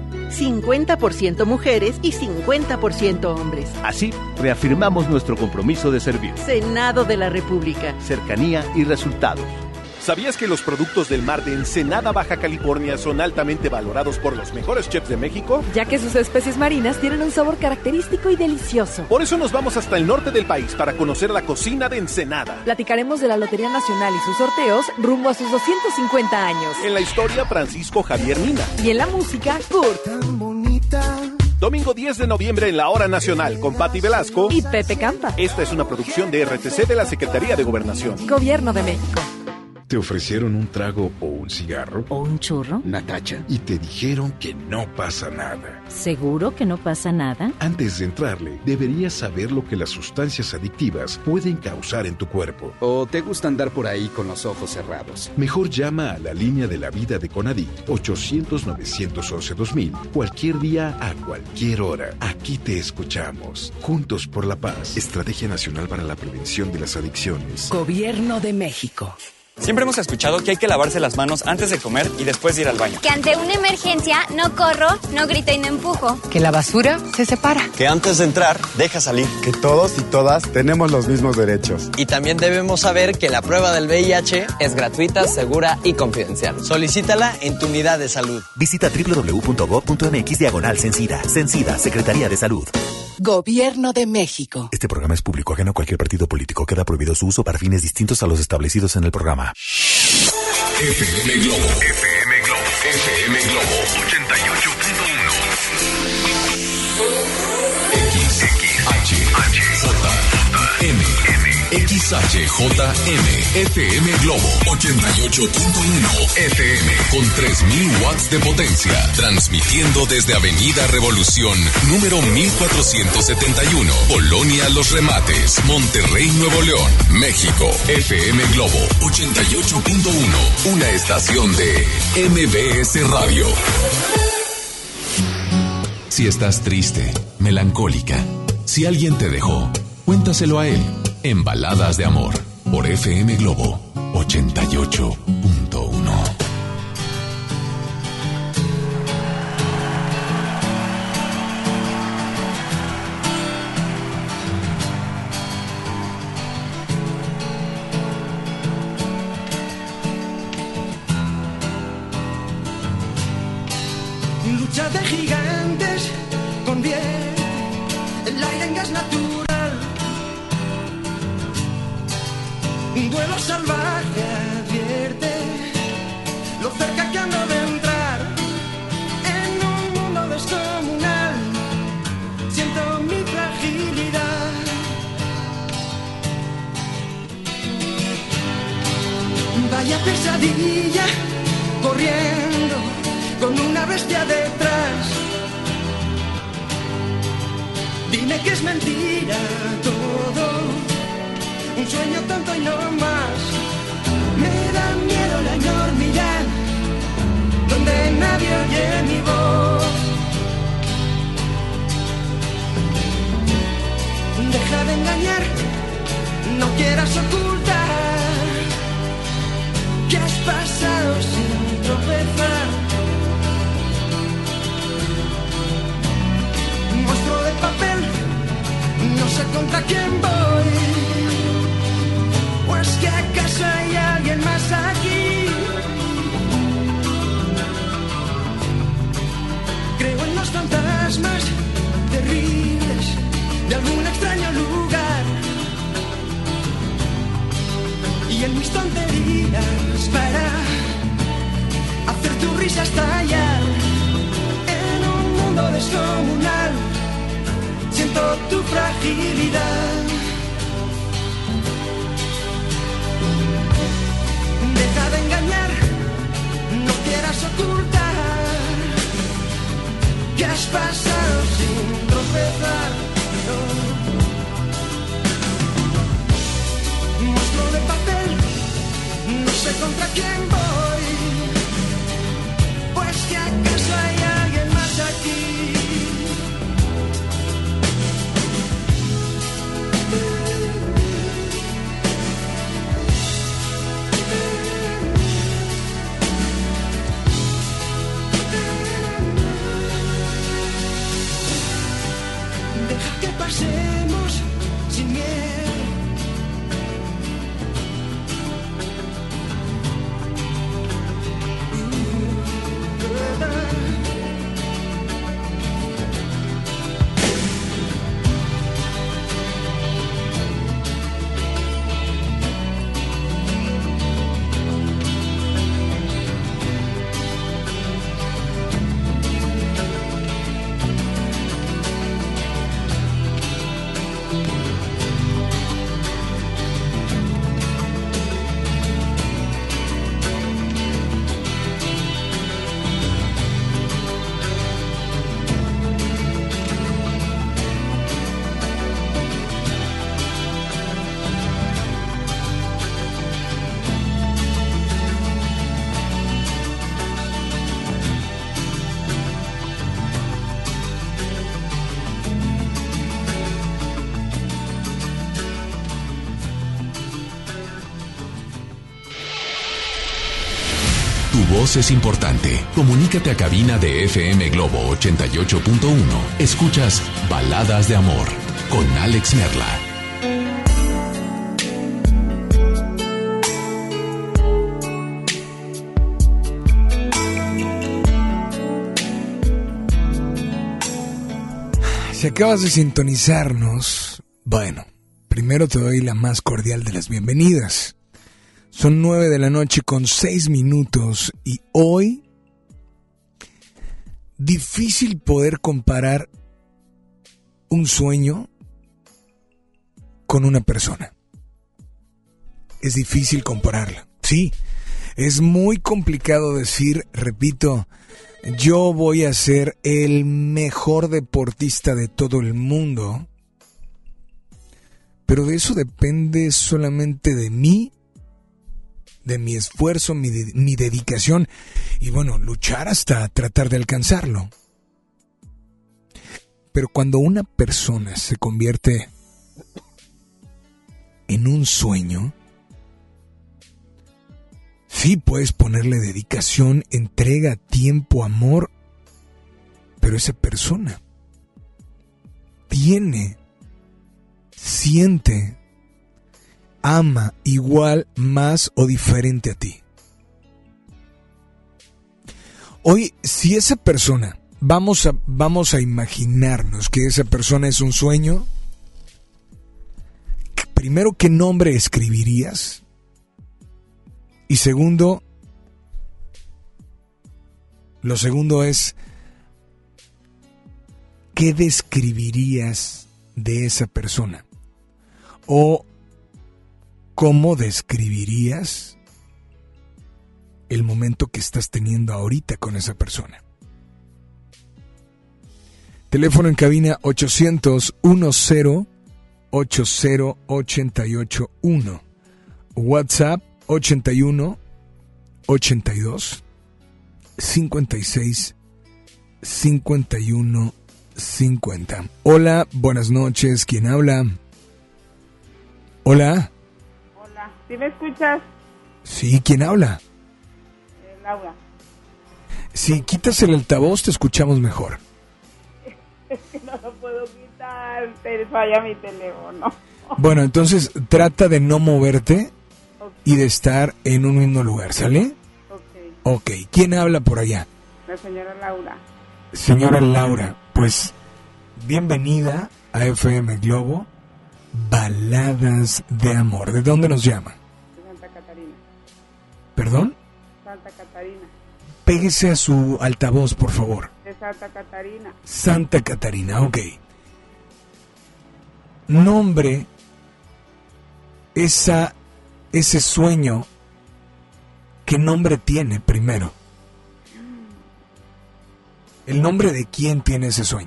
50% mujeres y 50% hombres. Así, reafirmamos nuestro compromiso de servir. Senado de la República. Cercanía y resultados. ¿Sabías que los productos del mar de Ensenada, Baja California, son altamente valorados por los mejores chefs de México? Ya que sus especies marinas tienen un sabor característico y delicioso. Por eso nos vamos hasta el norte del país para conocer la cocina de Ensenada. Platicaremos de la Lotería Nacional y sus sorteos rumbo a sus 250 años. En la historia, Francisco Javier Mina. Y en la música, Kurt. Tan bonita. Domingo 10 de noviembre en la Hora Nacional con Patti Velasco y Pepe Campa. Esta es una producción de RTC de la Secretaría de Gobernación. Gobierno de México. ¿Te ofrecieron un trago o un cigarro? ¿O un churro? Natacha. Y te dijeron que no pasa nada. ¿Seguro que no pasa nada? Antes de entrarle, deberías saber lo que las sustancias adictivas pueden causar en tu cuerpo. ¿O te gusta andar por ahí con los ojos cerrados? Mejor llama a la línea de la vida de Conadic, 800-911-2000. Cualquier día, a cualquier hora. Aquí te escuchamos. Juntos por la paz. Estrategia Nacional para la Prevención de las Adicciones. Gobierno de México. Siempre hemos escuchado que hay que lavarse las manos antes de comer y después de ir al baño. Que ante una emergencia no corro, no grito y no empujo. Que la basura se separa. Que antes de entrar, deja salir. Que todos y todas tenemos los mismos derechos. Y también debemos saber que la prueba del VIH es gratuita, segura y confidencial. Solicítala en tu unidad de salud. Visita www.gov.mx/Cencida. Cencida, Secretaría de Salud. Gobierno de México. Este programa es público, ajeno a cualquier partido político. Queda prohibido su uso para fines distintos a los establecidos en el programa. FM Globo. FM Globo. FM Globo 88.1. XHJM, FM Globo 88.1 FM con 3.000 watts de potencia, transmitiendo desde Avenida Revolución, número 1471, Colonia Los Remates, Monterrey, Nuevo León, México. FM Globo 88.1, una estación de MBS Radio. Si estás triste, melancólica, si alguien te dejó, cuéntaselo a él. En Baladas de Amor, por FM Globo 88.1. Lucha de gigantes convierte el aire en gas natural. Un duelo salvaje advierte lo cerca que ando de entrar en un mundo descomunal. Siento mi fragilidad. Vaya pesadilla corriendo con una bestia detrás. Dime que es mentira todo, un sueño tonto y no más. Me da miedo la enormidad, donde nadie oye mi voz. Deja de engañar, no quieras ocultar que has pasado sin tropezar contra quién voy. Pues que acaso hay alguien más aquí. Creo en los fantasmas terribles de algún extraño lugar y en mis tonterías para hacer tu risa estallar. En un mundo descomunal siento tu fragilidad. Deja de engañar, no quieras ocultar que has pasado sin tropezar. No. Monstruo de papel, no sé contra quién voy. Pues que acaso hay alguien más aquí. Deja que pasemos sin miedo. Tu voz es importante. Comunícate a cabina de FM Globo 88.1. Escuchas Baladas de Amor con Alex Merla. Si acabas de sintonizarnos, bueno, primero te doy la más cordial de las bienvenidas. Son 9 de la noche con 6 minutos y hoy difícil poder comparar un sueño con una persona. Es difícil compararla, sí. Es muy complicado decir, repito, yo voy a ser el mejor deportista de todo el mundo, pero de eso depende solamente de mí, de mi esfuerzo, mi dedicación y bueno, luchar hasta tratar de alcanzarlo. Pero cuando una persona se convierte en un sueño, sí puedes ponerle dedicación, entrega, tiempo, amor, pero esa persona tiene, siente, ama igual, más o diferente a ti. Hoy, si esa persona, vamos a imaginarnos que esa persona es un sueño, primero, ¿qué nombre escribirías? Y segundo, lo segundo es, ¿qué describirías de esa persona? O ¿cómo describirías el momento que estás teniendo ahorita con esa persona? Teléfono en cabina 800-10-80-881. WhatsApp 81 82 56 51 50. Hola, buenas noches. ¿Quién habla? Hola. ¿Sí me escuchas? Sí, ¿quién habla? Laura. Si quitas el altavoz te escuchamos mejor. Es que no lo puedo quitar. falla mi teléfono. Bueno, entonces trata de no moverte y de estar en un mismo lugar, ¿sale? Ok. ¿Quién habla por allá? La señora Laura. Señora Laura, pues bienvenida a FM Globo, Baladas de Amor. ¿De dónde nos llama? De Santa Catarina. ¿Perdón? Santa Catarina. Péguese a su altavoz, por favor. De Santa Catarina. Santa Catarina, ok. Nombre ese sueño. ¿Qué nombre tiene primero? ¿El nombre de quién tiene ese sueño?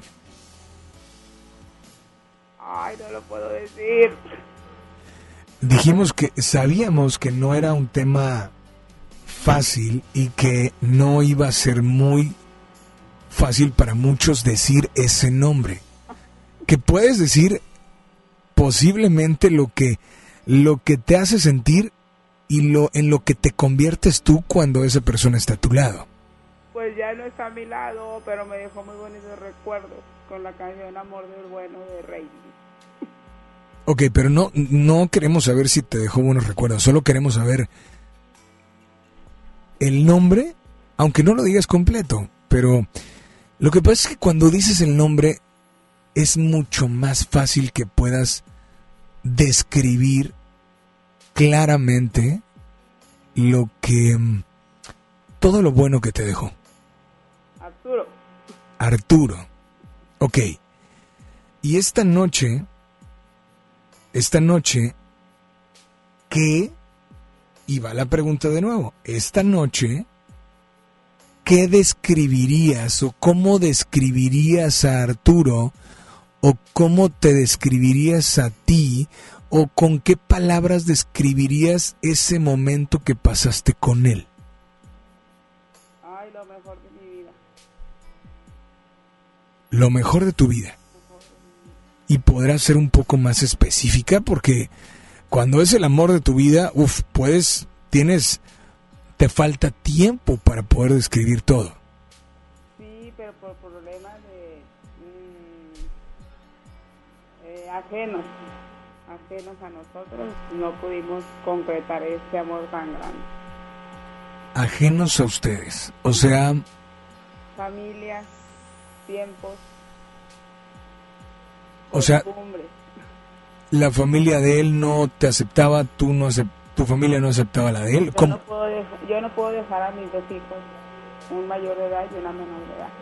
Ay, no lo puedo decir. Dijimos que sabíamos que no era un tema fácil y que no iba a ser muy fácil para muchos decir ese nombre. Que puedes decir posiblemente lo que te hace sentir y en lo que te conviertes tú cuando esa persona está a tu lado. Pues ya no está a mi lado, pero me dejó muy bonitos recuerdos con la canción Amor del Bueno de Rey. Ok, pero no queremos saber si te dejó buenos recuerdos, solo queremos saber el nombre, aunque no lo digas completo, pero lo que pasa es que cuando dices el nombre es mucho más fácil que puedas describir claramente todo lo bueno que te dejó. Arturo. Ok. Y esta noche, ¿qué? Y va la pregunta de nuevo. Esta noche, ¿qué describirías o cómo describirías a Arturo o cómo te describirías a ti o con qué palabras describirías ese momento que pasaste con él? Ay, lo mejor de mi vida. Lo mejor de tu vida. Y podrás ser un poco más específica porque cuando es el amor de tu vida, te falta tiempo para poder describir todo. Sí, pero por problemas de ajenos a nosotros, no pudimos concretar este amor tan grande. Ajenos a ustedes, o sea... Familias, tiempos. O sea, la familia de él no te aceptaba, tu familia no aceptaba la de él. Yo no puedo dejar a mis dos hijos, un mayor de edad y una menor de edad.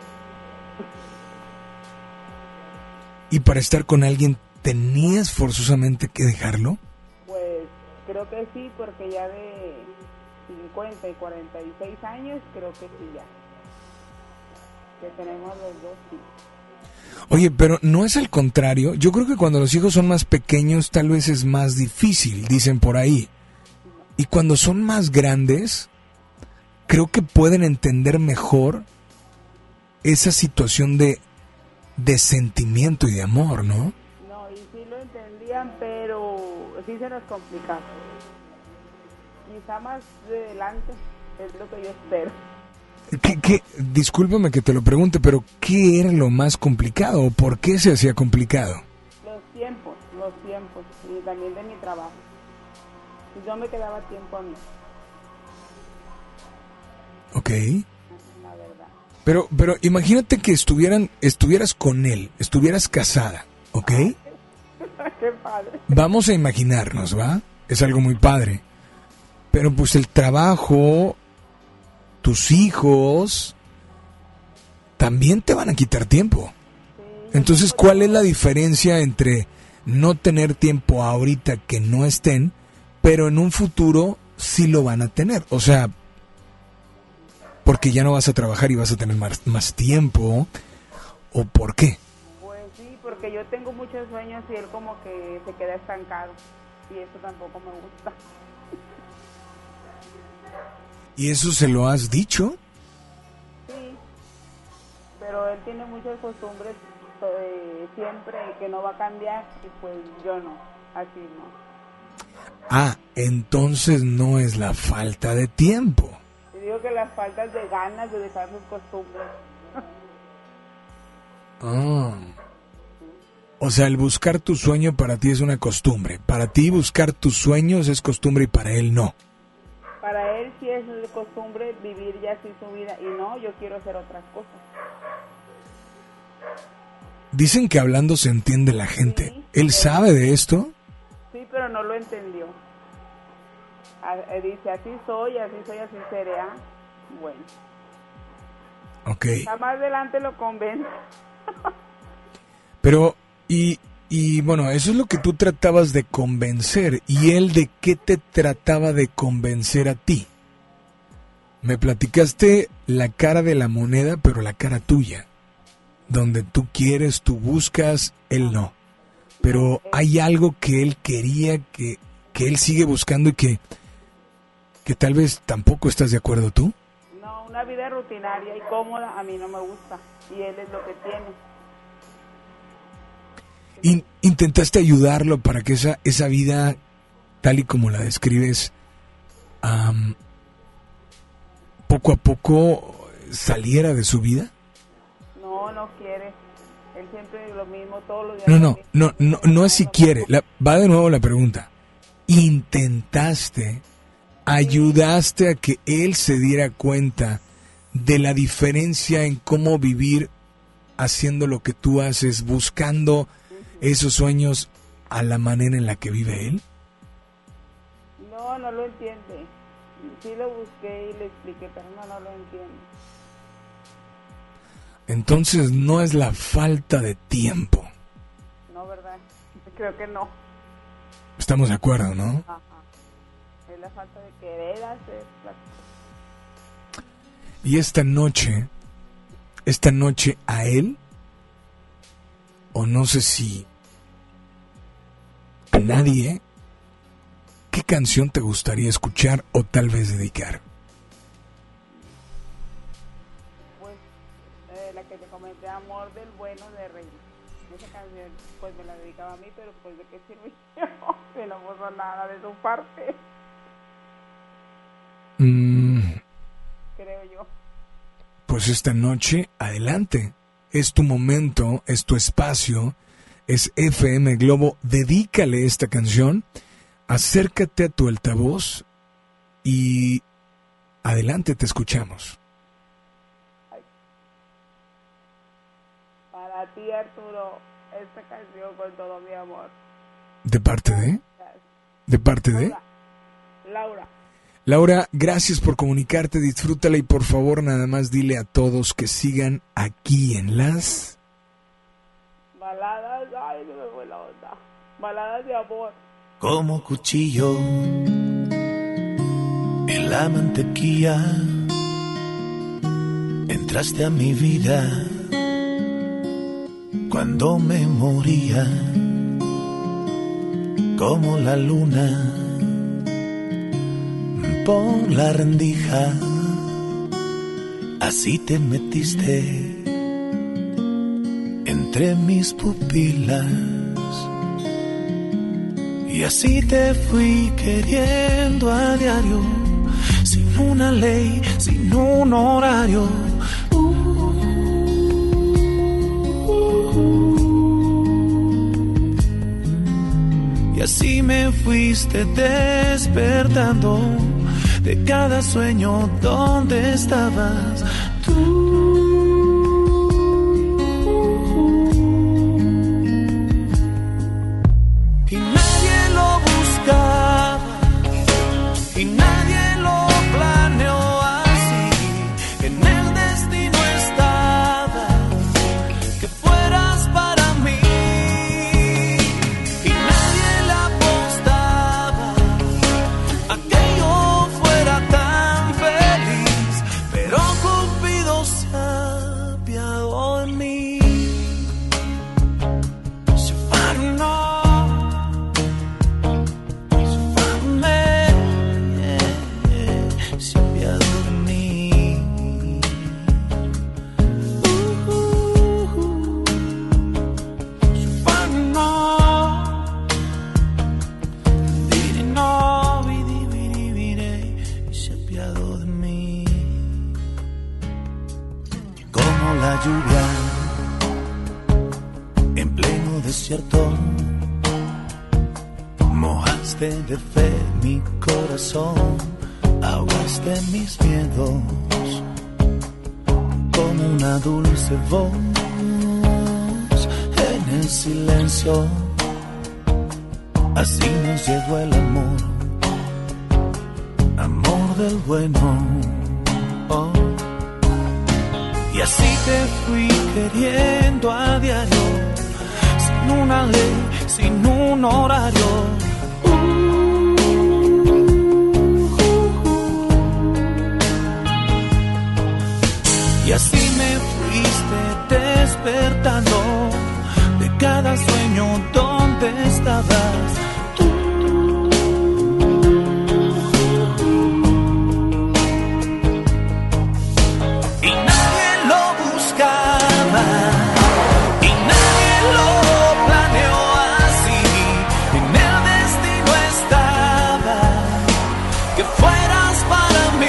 ¿Y para estar con alguien tenías forzosamente que dejarlo? Pues creo que sí, porque ya de 50 y 46 años creo que sí ya. Que tenemos los dos hijos. Oye, pero no es al contrario. Yo creo que cuando los hijos son más pequeños tal vez es más difícil, dicen por ahí. Y cuando son más grandes, creo que pueden entender mejor esa situación de sentimiento y de amor, ¿no? No, y sí lo entendían, pero sí se nos complicaba. Quizá más de adelante es lo que yo espero. Discúlpame que te lo pregunte, pero ¿qué era lo más complicado o por qué se hacía complicado? Los tiempos y también de mi trabajo. Yo me quedaba tiempo a mí. Ok. La verdad. Pero imagínate que estuvieras con él, estuvieras casada, ¿ok? Qué padre. Vamos a imaginarnos, ¿va? Es algo muy padre. Pero pues el trabajo, tus hijos, también te van a quitar tiempo. Entonces, ¿cuál es la diferencia entre no tener tiempo ahorita que no estén, pero en un futuro sí lo van a tener? O sea, porque ya no vas a trabajar y vas a tener más tiempo, ¿o por qué? Pues sí, porque yo tengo muchos sueños y él como que se queda estancado y eso tampoco me gusta. ¿Y eso se lo has dicho? Sí, pero él tiene muchas costumbres siempre que no va a cambiar y pues yo no, así no. Ah, entonces no es la falta de tiempo. Te digo que las faltas de ganas de dejar sus costumbres. O sea, el buscar tu sueño para ti es una costumbre. Para ti buscar tus sueños es costumbre y para él no. Para él sí es de costumbre vivir ya así su vida y no, yo quiero hacer otras cosas. Dicen que hablando se entiende la gente. Sí, ¿él sabe de esto? Sí, pero no lo entendió. Dice, así soy, así seré. Bueno. Ok. Más adelante lo convence. Pero, y bueno, eso es lo que tú tratabas de convencer. ¿Y él de qué te trataba de convencer a ti? Me platicaste la cara de la moneda, pero la cara tuya. Donde tú quieres, tú buscas, él no. Pero hay algo que él quería, que él sigue buscando y que tal vez tampoco estás de acuerdo tú. No, una vida rutinaria y cómoda a mí no me gusta. Y él es lo que tiene. ¿Intentaste ayudarlo para que esa vida, tal y como la describes, poco a poco saliera de su vida? No quiere. Él siempre lo mismo, todos los días. No es si quiere. Va de nuevo la pregunta. ¿Intentaste, ayudaste a que él se diera cuenta de la diferencia en cómo vivir haciendo lo que tú haces, buscando esos sueños a la manera en la que vive él? No lo entiende. Sí lo busqué y le expliqué, pero no lo entiende. Entonces no es la falta de tiempo. No, ¿verdad? Creo que no. Estamos de acuerdo, ¿no? Ajá. Es la falta de querer hacer las cosas. Y esta noche a él, o no sé si a nadie, ¿qué canción te gustaría escuchar o tal vez dedicar? La que te comenté, Amor del Bueno de Rey. Esa canción pues me la dedicaba a mí, pero pues de qué sirve yo si no puso nada de su parte. Creo yo. Pues esta noche, adelante. Es tu momento, es tu espacio, es FM Globo. Dedícale esta canción, acércate a tu altavoz y adelante, te escuchamos. Para ti, Arturo, esta canción con todo mi amor. ¿De parte de? ¿De parte de? Laura. Laura, gracias por comunicarte, disfrútala y por favor nada más dile a todos que sigan aquí en las... Baladas, ay, se me fue la onda. Baladas de amor. Como cuchillo en la mantequilla, entraste a mi vida cuando me moría, como la luna por la rendija, así te metiste entre mis pupilas y así te fui queriendo a diario, sin una ley, sin un horario. Y así me fuiste despertando de cada sueño donde estabas tú. Y nadie lo buscaba, y nadie lo planeó así. En el destino estaba que fueras para mí. Y nadie le apostaba a que yo fuera tan feliz, pero desierto. Mojaste de fe mi corazón, ahogaste mis miedos con una dulce voz en el silencio. Así nos llegó el amor, amor del bueno. Oh. Y así te fui queriendo a diario, sin una ley, sin un horario. Y así me fuiste despertando de cada sueño donde estabas tú. Y nadie lo buscaba, y nadie lo planeó así. En el destino estaba que fueras para mí.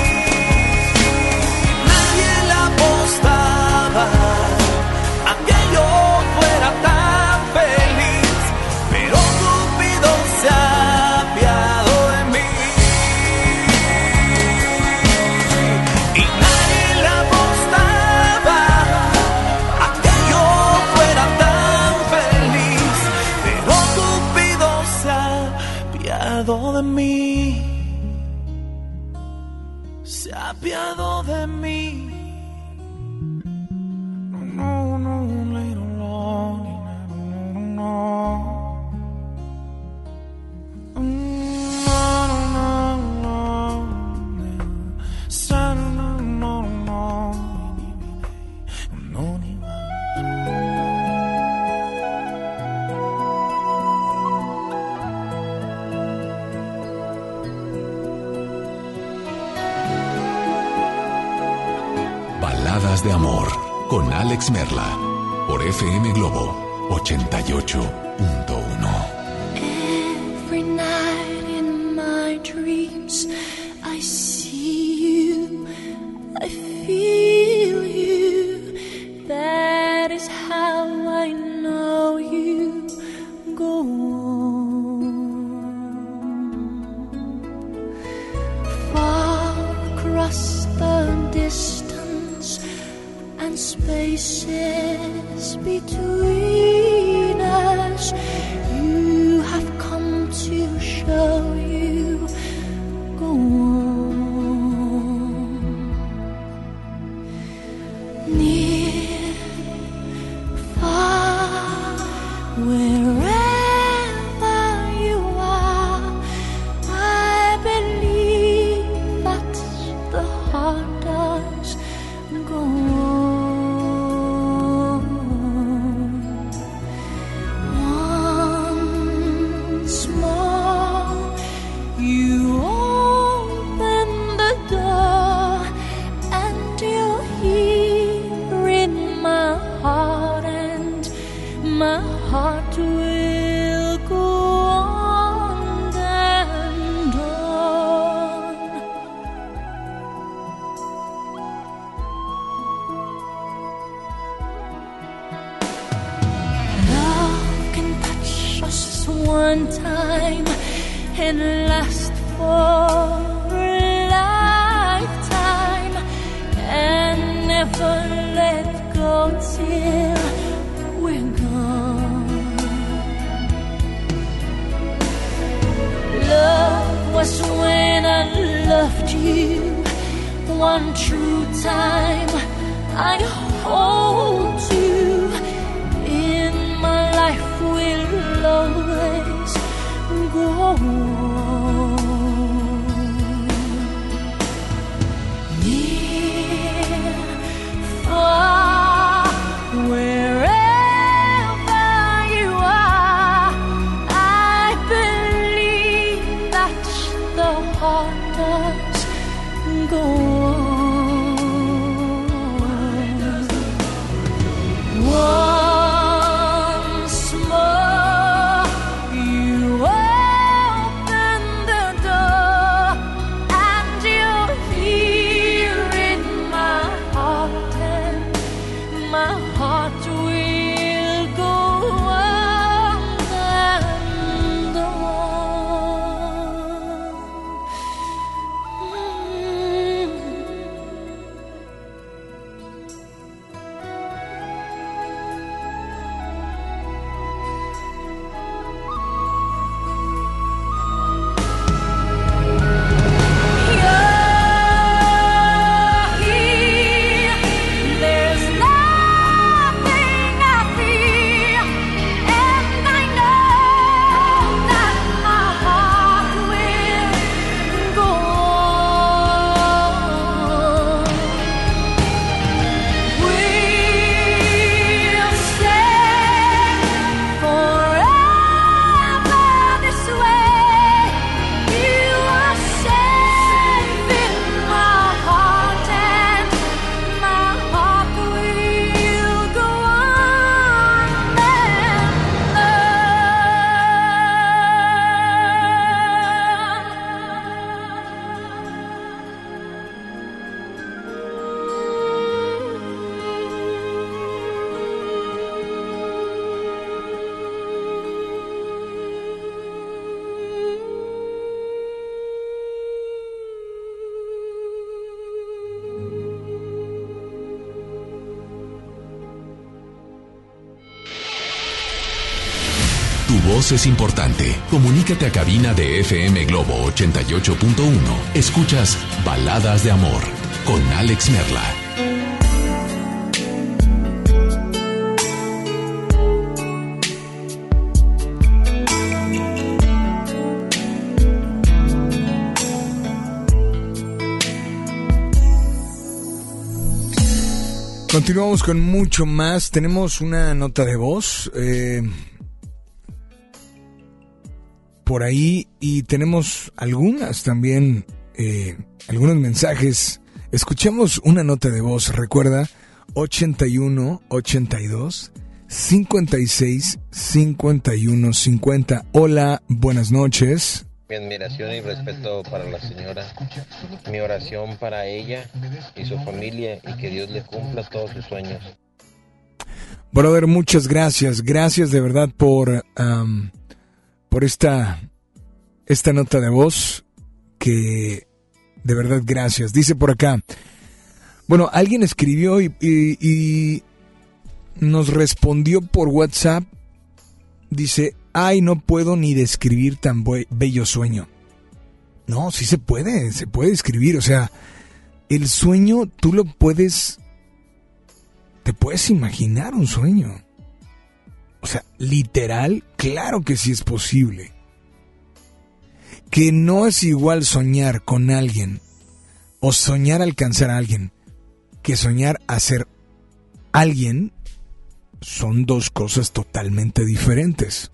De mí, se ha apiado de mí. No, no, little Lord, Baladas de amor con Alex Merla por FM Globo 88.1. Every night in my dreams I see you, I feel you. That is how I know you. Go on. Far across the distance and spaces between us, you have come to show you. Go on. Near, far, wherever you are, I believe that the heart does go on. Once more, you open the door, and you're here in my heart, and my heart will go on and on. Love can touch us one time and last for a lifetime, and never let go till we're gone. Love was when I loved you one true time. I hold you in my life, will always go on. Near, far, wherever you are, I believe that the heart does go on. voz es importante. Comunícate a cabina de FM Globo 88.1. Escuchas Baladas de Amor con Alex Merla. Continuamos con mucho más. Tenemos una nota de voz por ahí y tenemos algunas también, algunos mensajes. Escuchamos una nota de voz, recuerda, 81 82 56 51 50. Hola, buenas noches. Mi admiración y respeto para la señora, mi oración para ella y su familia y que Dios le cumpla todos sus sueños. Brother, muchas gracias, gracias de verdad por esta nota de voz, que de verdad gracias. Dice por acá, bueno, alguien escribió y nos respondió por WhatsApp, dice, ay, no puedo ni describir tan bello sueño. No, sí se puede escribir, o sea, el sueño tú lo puedes, te puedes imaginar un sueño. O sea, literal, claro que sí es posible. Que no es igual soñar con alguien o soñar alcanzar a alguien que soñar a ser alguien, son dos cosas totalmente diferentes.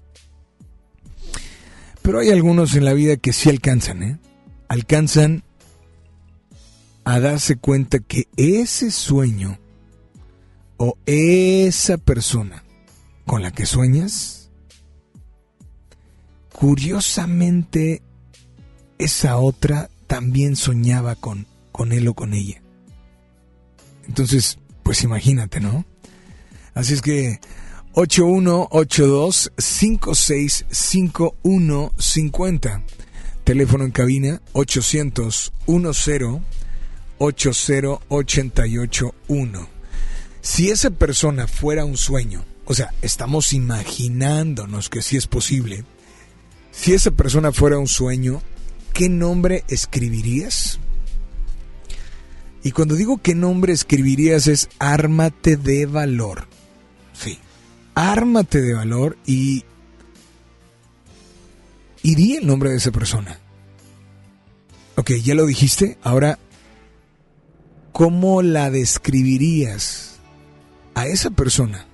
Pero hay algunos en la vida que sí alcanzan, alcanzan a darse cuenta que ese sueño o esa persona con la que sueñas, curiosamente esa otra también soñaba con él o con ella. Entonces, pues imagínate, ¿no? Así es que 8182-565150. Teléfono en cabina 800-10-80881. Si esa persona fuera un sueño, o sea, estamos imaginándonos que sí es posible. Si esa persona fuera un sueño, ¿qué nombre escribirías? Y cuando digo qué nombre escribirías es ármate de valor. Sí. Ármate de valor y di el nombre de esa persona. Ok, ya lo dijiste. Ahora, ¿cómo la describirías a esa persona?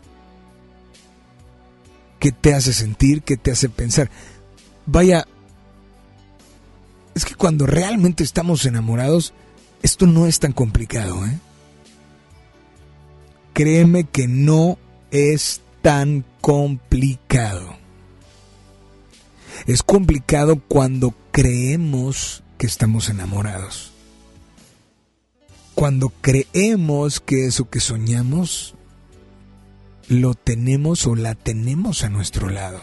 ¿Qué te hace sentir? ¿Qué te hace pensar? Vaya, es que cuando realmente estamos enamorados, esto no es tan complicado, ¿eh? Créeme que no es tan complicado. Es complicado cuando creemos que estamos enamorados. Cuando creemos que eso que soñamos lo tenemos o la tenemos a nuestro lado.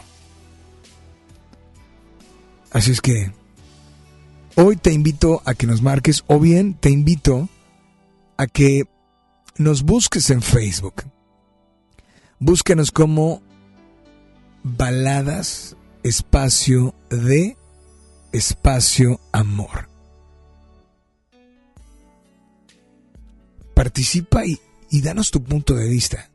Así es que hoy te invito a que nos marques, o bien te invito a que nos busques en Facebook. Búscanos como Baladas Espacio de Espacio Amor. Participa y danos tu punto de vista.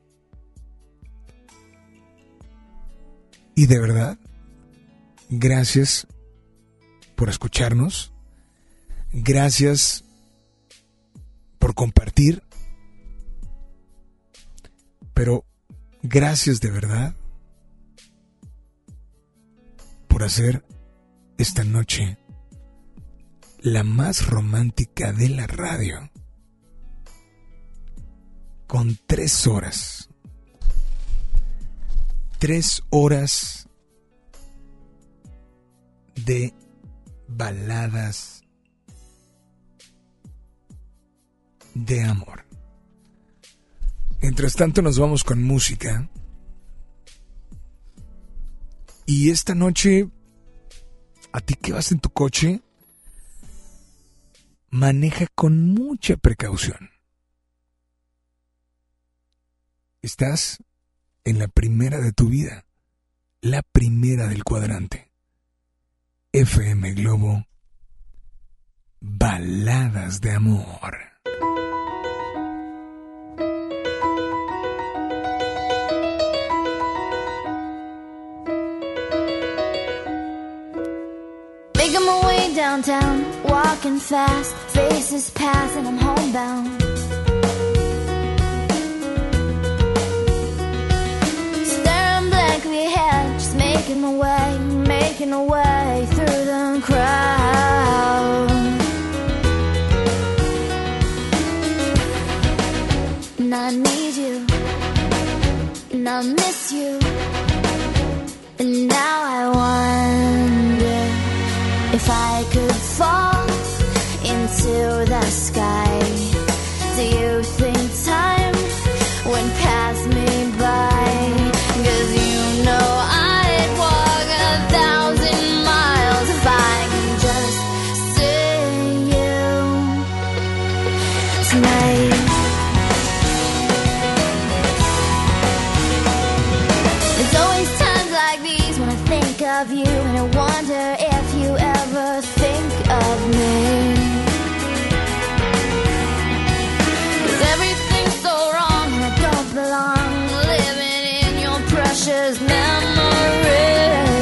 Y de verdad, gracias por escucharnos. Gracias por compartir. Pero gracias de verdad por hacer esta noche la más romántica de la radio. Con 3 horas. 3 horas de baladas de amor. Mientras tanto nos vamos con música. Y esta noche, a ti que vas en tu coche, maneja con mucha precaución. Estás en la primera de tu vida, la primera del cuadrante. FM Globo, Baladas de Amor. Making my way downtown, walking fast, faces pass and I'm homebound. Staring blankly ahead, just making my way through the crowd. And I need you, and I miss you, and now I wonder if I could fall into the sky. Do you think time would pass me by? 'Cause you know I'd walk 1,000 miles if I could just see you tonight. It's always times like these when I think of you, and I wonder if you ever think of me. 'Cause everything's so wrong and I don't belong, living in your precious memory.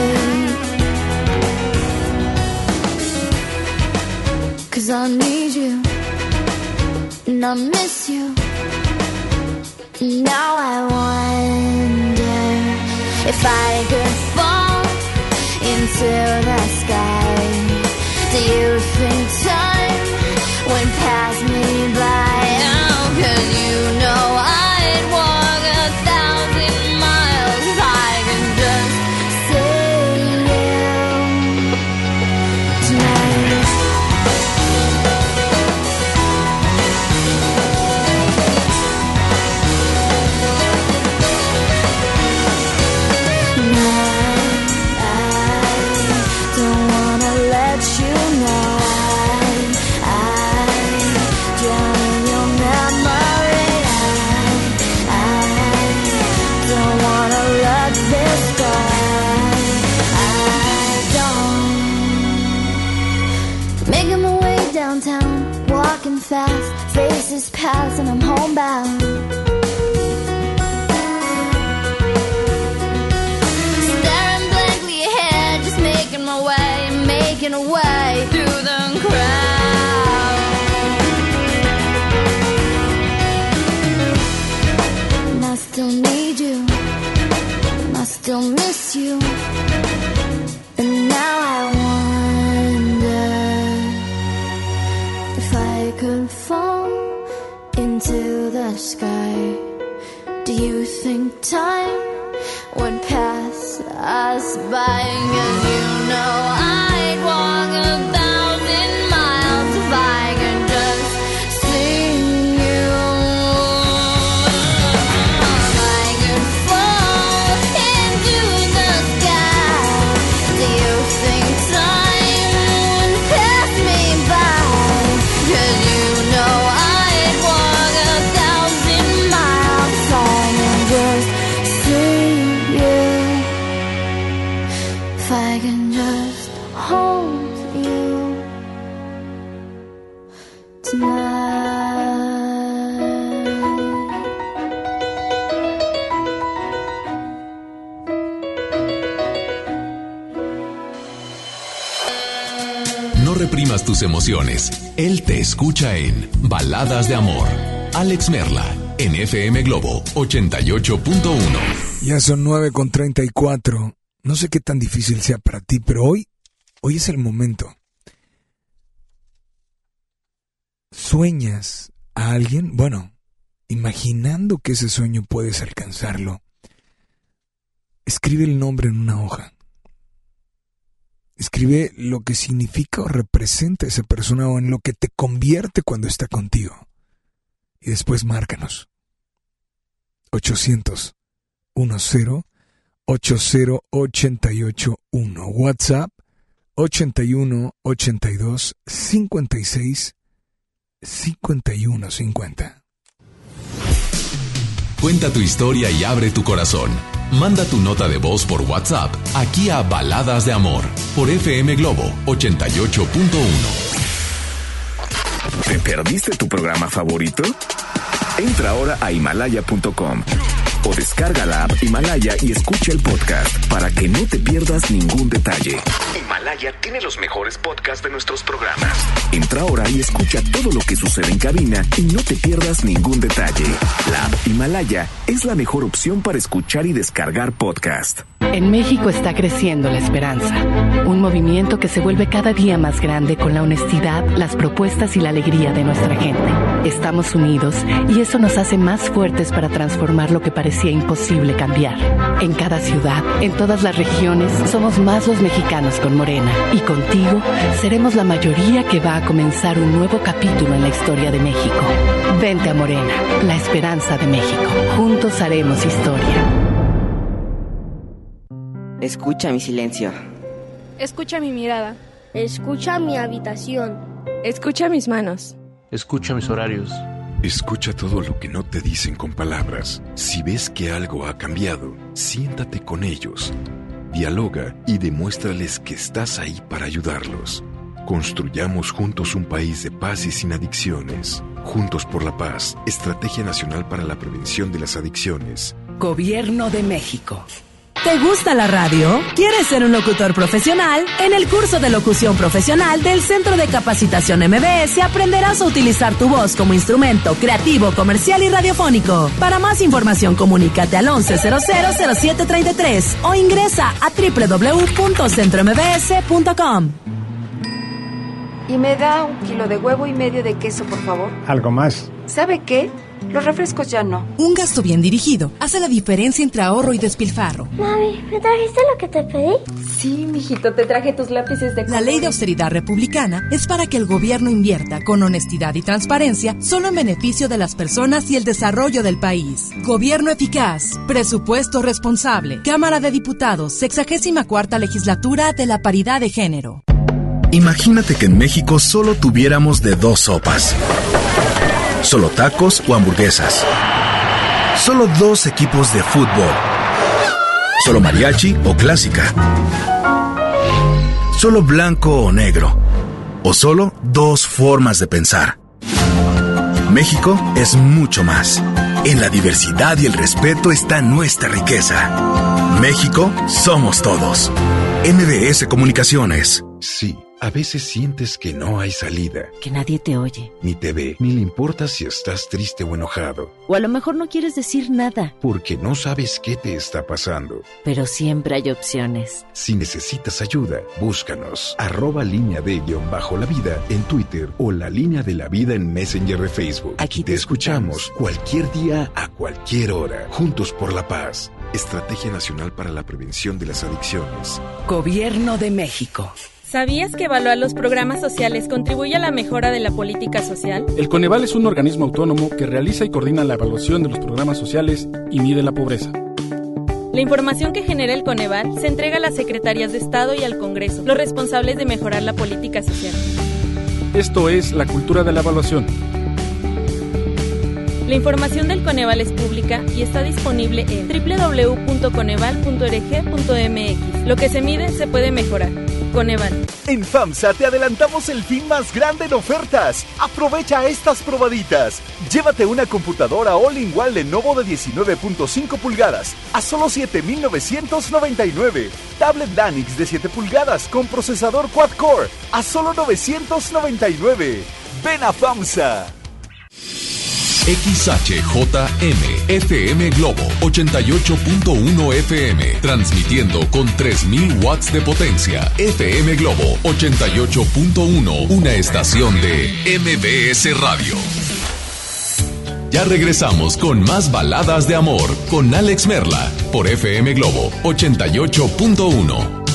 'Cause I need you and I miss you. Now I wonder if I could fall into the sky. Do you think time would pass me by? Oh, 'cause you know I'd walk 1,000 miles if I could just see you tonight. Making my way downtown, walking fast, faces pass and I'm homebound. Staring blankly ahead, just making my way through the crowd. And I still need you, and I still miss you, and now I if I could fall into the sky. Do you think time would pass us by? 'Cause you know I'd walk 1,000 miles if I could just see you. If I could fall into the sky, do you think time would pass me by? 'Cause you know I'd walk 1,000 miles if I can just see you. If I can just hold you tonight. No reprimas tus emociones. Él te escucha en Baladas de Amor. Alex Merla, en FM Globo 88.1. Ya son 9:34. No sé qué tan difícil sea para ti, pero hoy es el momento. ¿Sueñas a alguien? Bueno, imaginando que ese sueño puedes alcanzarlo, escribe el nombre en una hoja. Escribe lo que significa o representa esa persona o en lo que te convierte cuando está contigo. Y después márcanos. 800-10-80881. WhatsApp 81-82-56-51-50. Cuenta tu historia y abre tu corazón. Manda tu nota de voz por WhatsApp aquí a Baladas de Amor por FM Globo 88.1. ¿Te perdiste tu programa favorito? Entra ahora a Himalaya.com o descarga la app Himalaya y escucha el podcast para que no te pierdas ningún detalle. Himalaya tiene los mejores podcasts de nuestros programas. Entra ahora y escucha todo lo que sucede en cabina y no te pierdas ningún detalle. La app Himalaya es la mejor opción para escuchar y descargar podcast. En México está creciendo la esperanza, un movimiento que se vuelve cada día más grande con la honestidad, las propuestas y la alegría de nuestra gente. Estamos unidos y eso nos hace más fuertes para transformar lo que parecía imposible cambiar. En cada ciudad, en todas las regiones, somos más los mexicanos con Morena. Y contigo, seremos la mayoría que va a comenzar un nuevo capítulo en la historia de México. Vente a Morena, la esperanza de México. Juntos haremos historia. Escucha mi silencio. Escucha mi mirada. Escucha mi habitación. Escucha mis manos. Escucha mis horarios. Escucha todo lo que no te dicen con palabras. Si ves que algo ha cambiado, siéntate con ellos. Dialoga y demuéstrales que estás ahí para ayudarlos. Construyamos juntos un país de paz y sin adicciones. Juntos por la Paz, Estrategia Nacional para la Prevención de las Adicciones. Gobierno de México. ¿Te gusta la radio? ¿Quieres ser un locutor profesional? En el curso de locución profesional del Centro de Capacitación MBS aprenderás a utilizar tu voz como instrumento creativo, comercial y radiofónico. Para más información, comunícate al 11000733 o ingresa a www.centrombs.com. ¿Y me da 1 kilo de huevo y medio de queso, por favor? ¿Algo más? ¿Sabe qué? Los refrescos ya no. Un gasto bien dirigido hace la diferencia entre ahorro y despilfarro. Mami, ¿me trajiste lo que te pedí? Sí, mijito, te traje tus lápices de colores. La ley de austeridad republicana es para que el gobierno invierta con honestidad y transparencia solo en beneficio de las personas y el desarrollo del país. Gobierno eficaz, presupuesto responsable. Cámara de Diputados, 64ª legislatura de la paridad de género. Imagínate que en México solo tuviéramos de 2 sopas. Solo tacos o hamburguesas. Solo 2 equipos de fútbol. Solo mariachi o clásica. Solo blanco o negro. O solo 2 formas de pensar. México es mucho más. En la diversidad y el respeto está nuestra riqueza. México somos todos. MBS Comunicaciones. Sí, a veces sientes que no hay salida. Que nadie te oye. Ni te ve, ni le importa si estás triste o enojado. O a lo mejor no quieres decir nada. Porque no sabes qué te está pasando. Pero siempre hay opciones. Si necesitas ayuda, búscanos. @línea de_la vida en Twitter o la línea de la vida en Messenger de Facebook. Aquí te escuchamos cualquier día, a cualquier hora. Juntos por la Paz. Estrategia Nacional para la Prevención de las Adicciones. Gobierno de México. ¿Sabías que evaluar los programas sociales contribuye a la mejora de la política social? El Coneval es un organismo autónomo que realiza y coordina la evaluación de los programas sociales y mide la pobreza. La información que genera el Coneval se entrega a las secretarías de Estado y al Congreso, los responsables de mejorar la política social. Esto es la cultura de la evaluación. La información del Coneval es pública y está disponible en www.coneval.org.mx. Lo que se mide se puede mejorar. Coneval. En FAMSA te adelantamos el fin más grande en ofertas. Aprovecha estas probaditas. Llévate una computadora all-in-one Lenovo de 19.5 pulgadas a solo $7,999. Tablet Lanix de 7 pulgadas con procesador quad-core a solo $999. Ven a FAMSA. XHJM FM Globo 88.1 FM, transmitiendo con 3000 watts de potencia. FM Globo 88.1, una estación de MBS Radio. Ya regresamos con más baladas de amor con Alex Merla por FM Globo 88.1.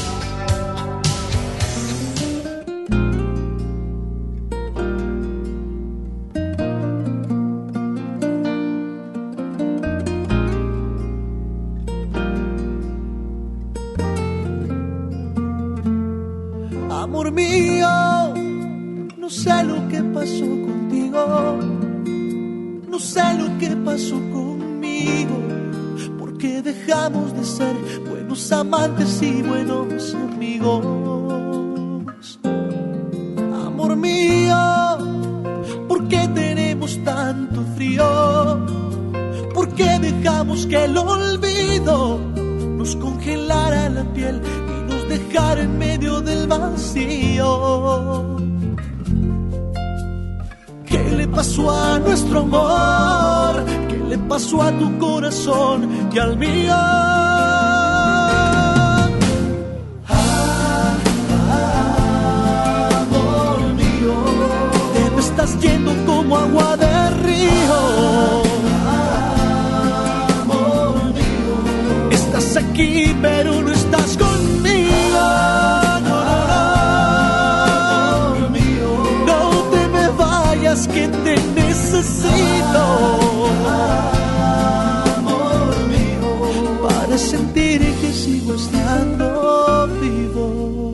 Amor mío, no sé lo que pasó contigo, no sé lo que pasó conmigo, porque qué dejamos de ser buenos amantes y buenos amigos? Amor mío, ¿por qué tenemos tanto frío? ¿Por qué dejamos que el olvido nos congelara la piel y nos dejara en medio del vacío? ¿Qué le pasó a nuestro amor? ¿Qué le pasó a tu corazón y al mío? Amor mío, te me estás yendo como agua de río. Estás aquí pero no estás conmigo. No te me vayas que te necesito, amor mío, para sentir que sigo estando vivo.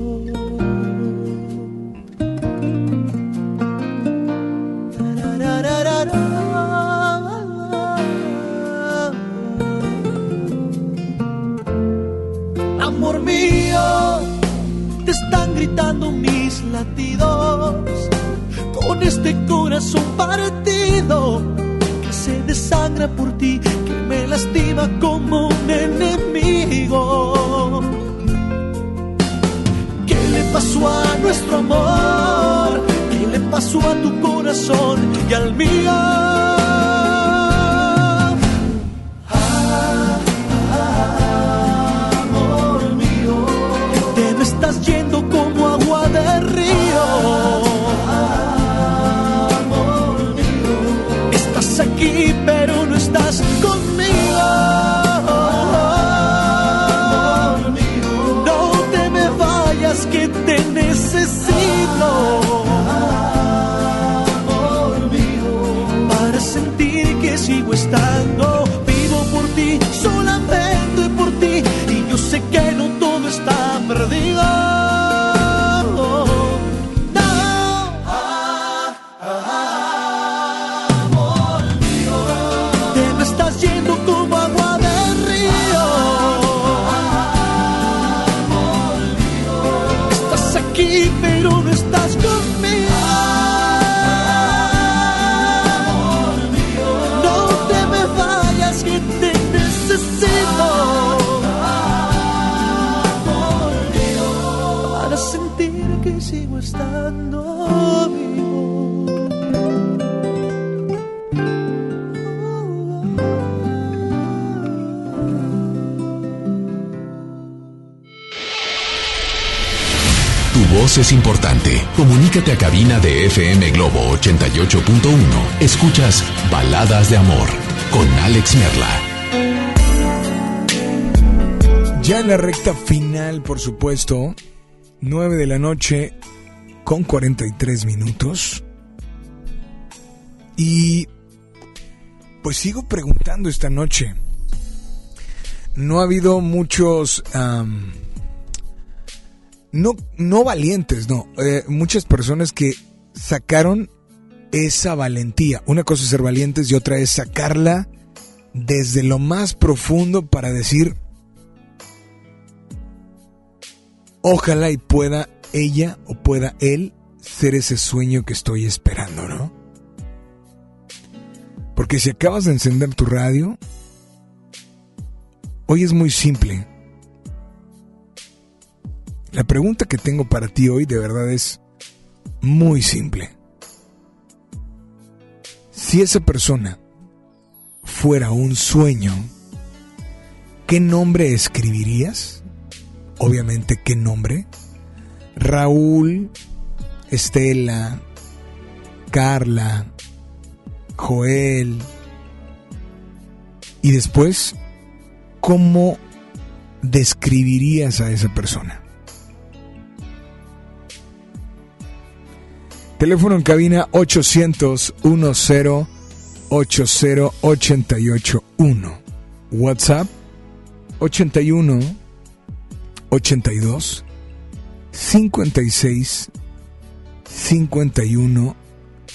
Amor mío, te están gritando mis latidos con este corazón partido que se desangra por ti, que me lastima como un enemigo. ¿Qué le pasó a nuestro amor? ¿Qué le pasó a tu corazón y al mío? Estás yendo como agua de río. Amor mío, estás aquí pero no estás conmigo. Amor mío, no te me vayas que te necesito. Amor mío, para sentir que sigo estando vivo por ti, solamente por ti. Y yo sé que no todo está perdido. Pero no estás conmigo. Amor mío, no te me vayas que te necesito. Amor mío, para sentir que sigo estando vivo. Tu voz es importante. Comunícate a cabina de FM Globo 88.1. Escuchas Baladas de Amor con Alex Merla. Ya en la recta final, por supuesto, 9 de la noche con 43 minutos. Y pues sigo preguntando esta noche. No ha habido muchos... No valientes, no. Muchas personas que sacaron esa valentía. Una cosa es ser valientes y otra es sacarla desde lo más profundo para decir, ojalá y pueda ella o pueda él ser ese sueño que estoy esperando, ¿no? Porque si acabas de encender tu radio, hoy es muy simple. La pregunta que tengo para ti hoy de verdad es muy simple. Si esa persona fuera un sueño, ¿qué nombre escribirías? Obviamente, ¿qué nombre? Raúl, Estela, Carla, Joel. Y después, ¿cómo describirías a esa persona? Teléfono en cabina 800-10-80-881. WhatsApp 81 82 56 51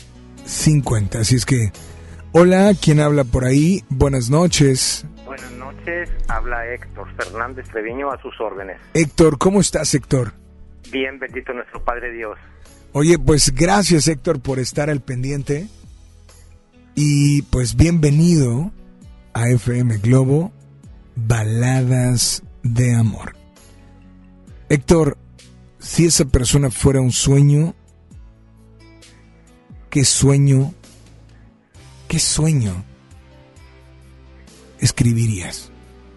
50. Así es que, hola, ¿quién habla por ahí? Buenas noches. Buenas noches. noches, habla Héctor Fernández Treviño, a sus órdenes. Héctor, ¿cómo estás, Héctor? Bien, bendito nuestro Padre Dios. Oye, pues gracias, Héctor, por estar al pendiente. Y pues bienvenido a FM Globo, Baladas de Amor. Héctor, si esa persona fuera un sueño, ¿qué sueño escribirías?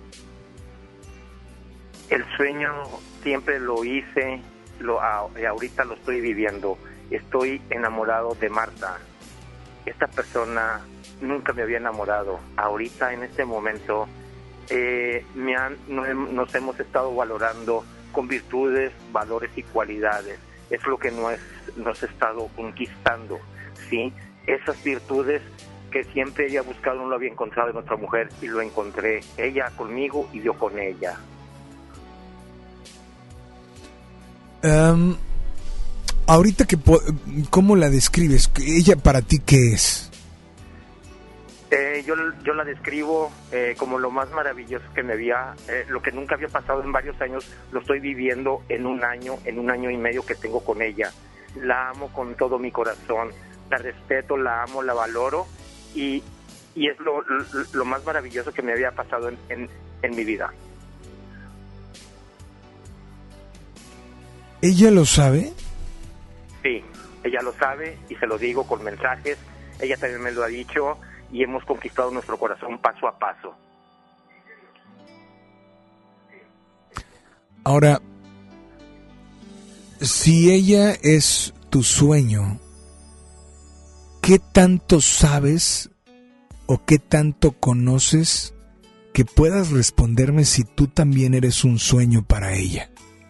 El sueño siempre lo hice, ahorita lo estoy viviendo. Estoy enamorado de Marta. Esta persona nunca me había enamorado. Ahorita, en este momento, nos hemos estado valorando con virtudes, valores y cualidades. Es lo que nos ha estado conquistando, ¿sí? Esas virtudes que siempre ella ha buscado, no lo había encontrado en otra mujer, y lo encontré. Ella conmigo y yo con ella. Ahorita ¿cómo la describes? ¿Ella para ti qué es? Yo la describo como lo más maravilloso que lo que nunca había pasado en varios años, lo estoy viviendo en un año y medio que tengo con ella. La amo con todo mi corazón, la respeto, la amo, la valoro, y es lo más maravilloso que me había pasado en mi vida. ¿Ella lo sabe? Sí, ella lo sabe y se lo digo con mensajes. Ella también me lo ha dicho y hemos conquistado nuestro corazón paso a paso. Ahora, si ella es tu sueño, ¿qué tanto sabes o qué tanto conoces que puedas responderme si tú también eres un sueño para ella?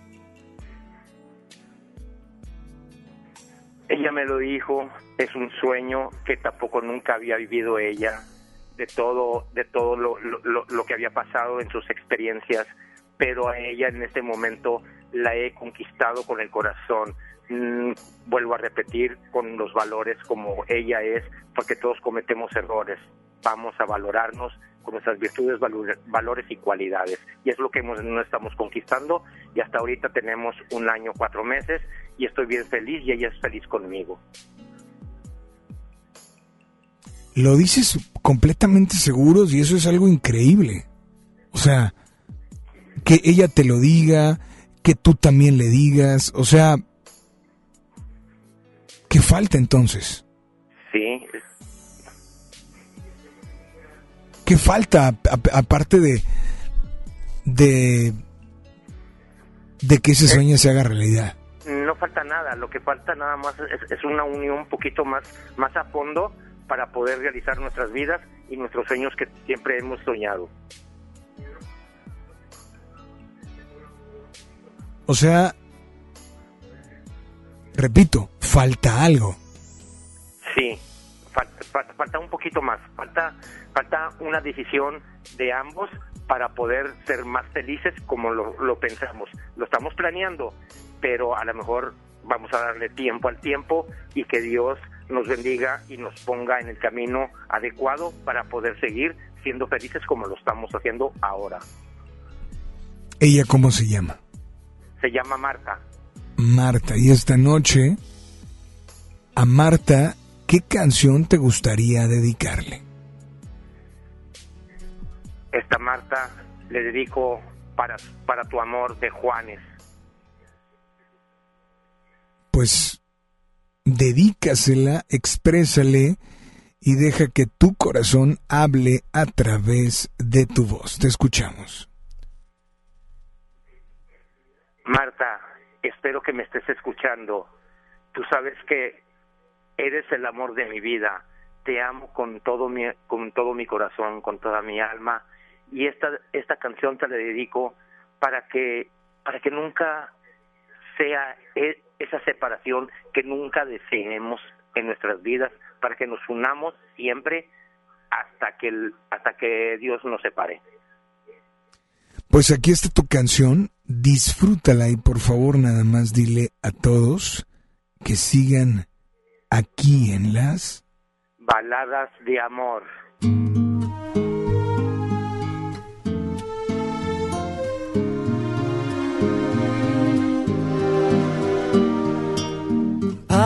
Ella me lo dijo, es un sueño que tampoco nunca había vivido ella, de todo lo que había pasado en sus experiencias, pero a ella en este momento la he conquistado con el corazón. Vuelvo a repetir, con los valores como ella es, porque todos cometemos errores. Vamos a valorarnos con nuestras virtudes, valores y cualidades. Y es lo que nos estamos conquistando, y hasta ahorita tenemos 1 año, 4 meses, y estoy bien feliz y ella es feliz conmigo. Lo dices completamente seguros y eso es algo increíble. O sea, que ella te lo diga, que tú también le digas, o sea, ¿qué falta entonces? Sí. ¿Qué falta aparte de que ese sueño se haga realidad? No falta nada, lo que falta nada más es una unión un poquito más a fondo para poder realizar nuestras vidas y nuestros sueños que siempre hemos soñado. O sea, repito, falta algo. Sí, falta un poquito más, falta una decisión de ambos para poder ser más felices como lo pensamos. Lo estamos planeando, pero a lo mejor vamos a darle tiempo al tiempo y que Dios nos bendiga y nos ponga en el camino adecuado para poder seguir siendo felices como lo estamos haciendo ahora. ¿Ella cómo se llama? Se llama Marta. Marta, y esta noche, a Marta, ¿qué canción te gustaría dedicarle? Esta Marta le dedico para tu amor, de Juanes. Pues dedícasela, exprésale y deja que tu corazón hable a través de tu voz. Te escuchamos. Marta, espero que me estés escuchando. Tú sabes que eres el amor de mi vida. Te amo con todo mi corazón, con toda mi alma. Y esta canción te la dedico para que nunca sea esa separación que nunca deseemos en nuestras vidas, para que nos unamos siempre hasta que Dios nos separe. Pues aquí está tu canción, disfrútala y por favor nada más dile a todos que sigan aquí en las Baladas de Amor.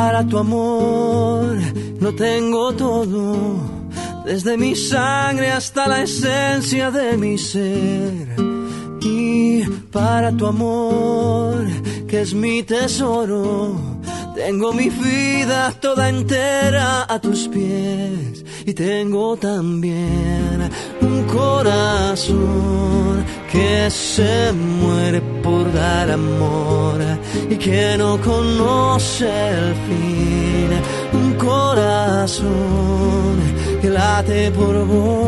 para tu amor lo tengo todo, desde mi sangre hasta la esencia de mi ser. Y para tu amor, que es mi tesoro, tengo mi vida toda entera a tus pies. Y tengo también un corazón que se muere por dar amor y que no conoce el fin. Un corazón que late por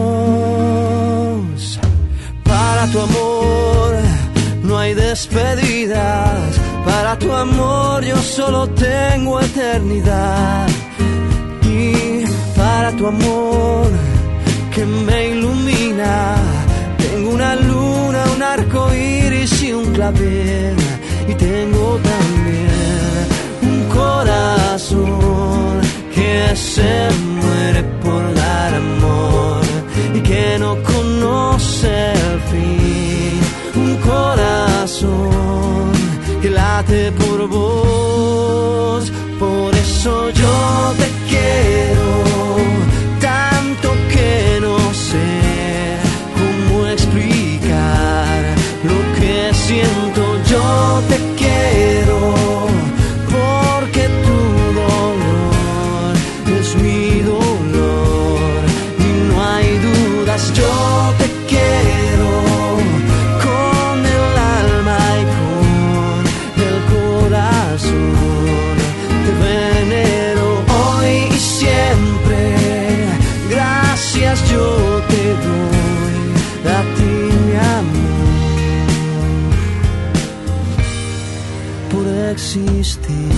vos. Para tu amor no hay despedidas. Para tu amor yo solo tengo eternidad. Y para tu amor que me ilumina, tengo una luna, un arco iris y un clavel. Y tengo también un corazón que se muere por dar amor y que no conoce el fin. Un corazón que late por vos. Por eso yo te quiero tanto que no sé cómo explicar lo que siento. Yo te quiero porque tu dolor es mi dolor y no hay dudas. Yo te quiero con el alma y con el corazón. Te venero hoy y siempre. Gracias yo te doy a ti, mi amor, por existir.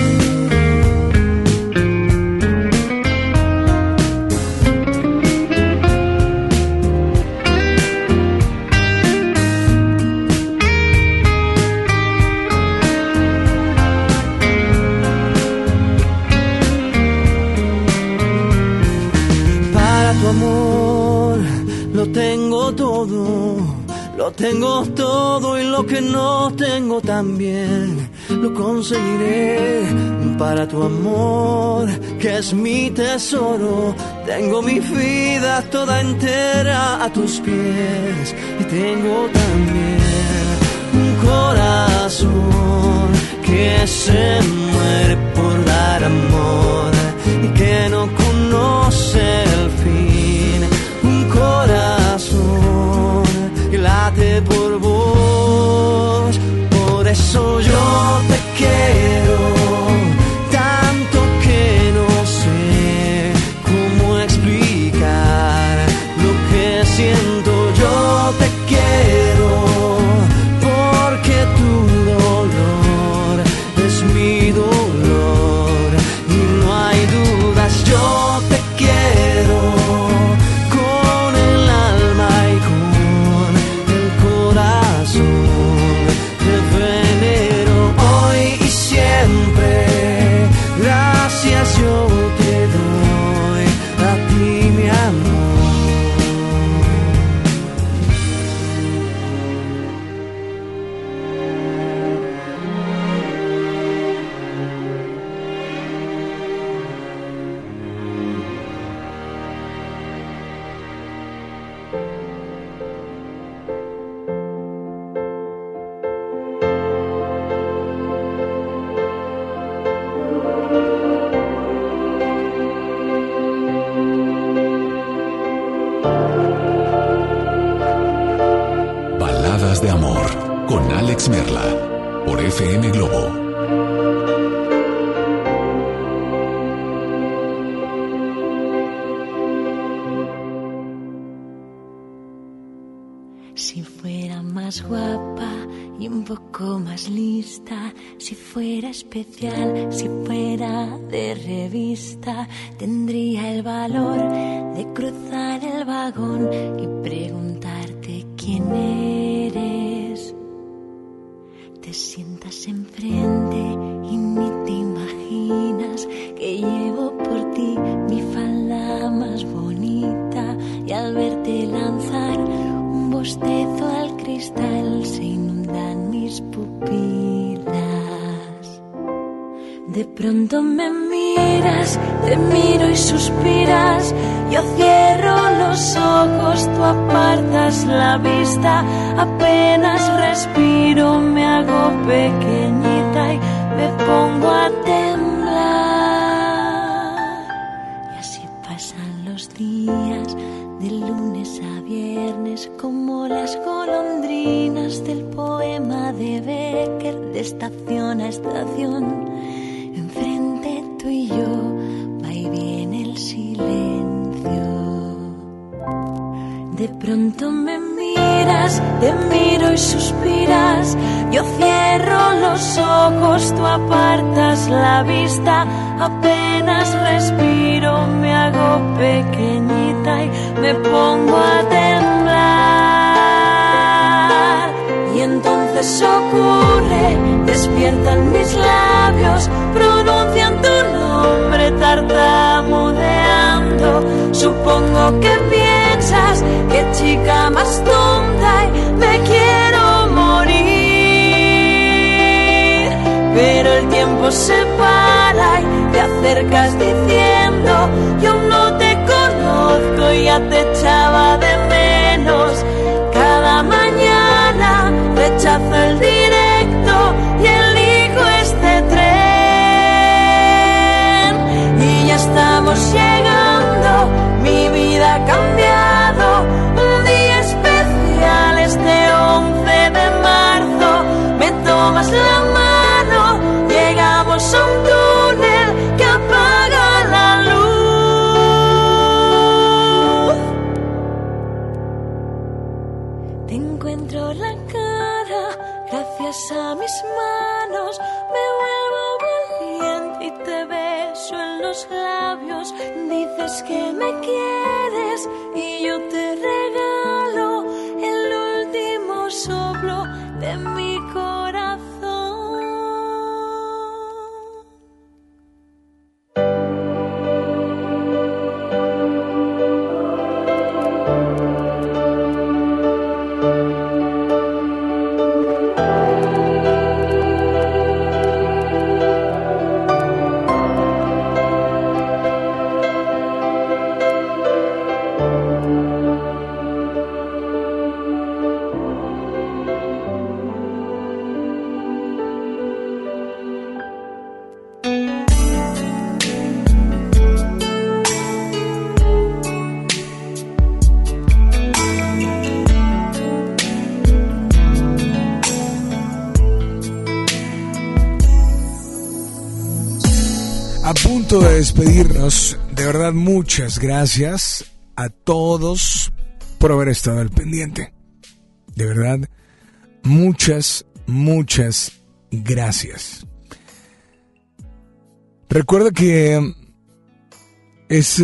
Lo tengo todo y lo que no tengo también lo conseguiré. Para tu amor, que es mi tesoro, tengo mi vida toda entera a tus pies. Y tengo también un corazón que se muere por dar amor y que no conoce el fin. Un corazón que late por vos. Por eso yo te quiero tanto que no sé cómo explicar lo que siento. Yo te quiero porque tu dolor es mi dolor y no hay dudas. Yo te quiero con el alma y con el corazón. Te venero hoy y siempre. Gracias yo te doy a ti, mi amor. Baladas de amor con Alex Merla por FM Globo. Si fuera más guapa y un poco más lista, si fuera especial, si fuera de revista, tendría el valor de cruzar el vagón y preguntarte quién eres. Te sientas enfrente y ni te imaginas que llevo por ti mi falda más bonita, y al verte lanzar un bostezo al cristal se inundan mis pupilas. De pronto me miras, te miro y suspiras. Yo cierro los ojos, tú apartas la vista. Apenas respiro, me hago pequeñita y me pongo a temblar. Y así pasan los días, de lunes a viernes, como las golondrinas del poema de Becker, de estación a estación. Enfrente tú y yo, va y viene el silencio. De pronto me miras, te miro y suspiras. Yo cierro los ojos, tú apartas la vista. Apenas respiro, me hago pequeñita y me pongo a temblar. Y entonces ocurre, despiertan mis labios, pronuncian tu nombre tartamudeando. Supongo que piensas, qué chica más tonta y me quiero morir. Pero el tiempo se para y te acercas diciendo, yo no te conozco y ya te echaba de menos. Cada mañana rechazo el directo y elijo este tren. Y ya estamos llegando, mi vida ha cambiado. Un día especial este 11 de marzo. Me tomas la mano, llegamos a un túnel que apaga la luz. Te encuentro la cara, gracias a mis manos. Me vuelvo valiente y te beso en los labios. Dices que me quieres y yo te regalo el último soplo de mi corazón. De despedirnos, de verdad muchas gracias a todos por haber estado al pendiente. De verdad, muchas gracias. Recuerda que es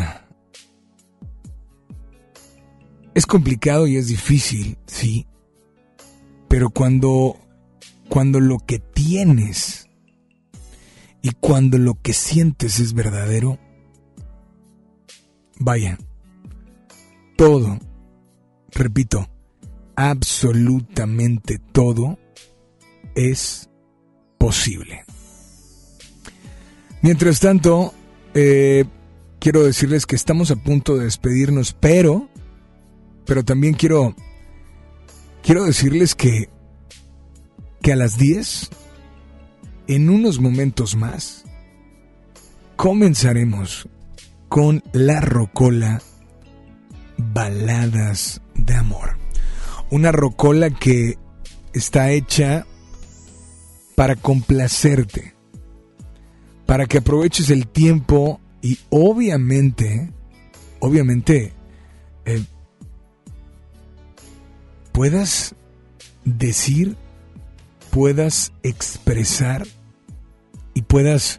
complicado y es difícil, sí, pero cuando lo que tienes y cuando lo que sientes es verdadero, vaya, todo, repito, absolutamente todo es posible. Mientras tanto, quiero decirles que estamos a punto de despedirnos, pero también quiero decirles que a las 10, en unos momentos más, comenzaremos con la rocola Baladas de Amor. Una rocola que está hecha para complacerte, para que aproveches el tiempo y obviamente puedas decir, puedas expresar y puedas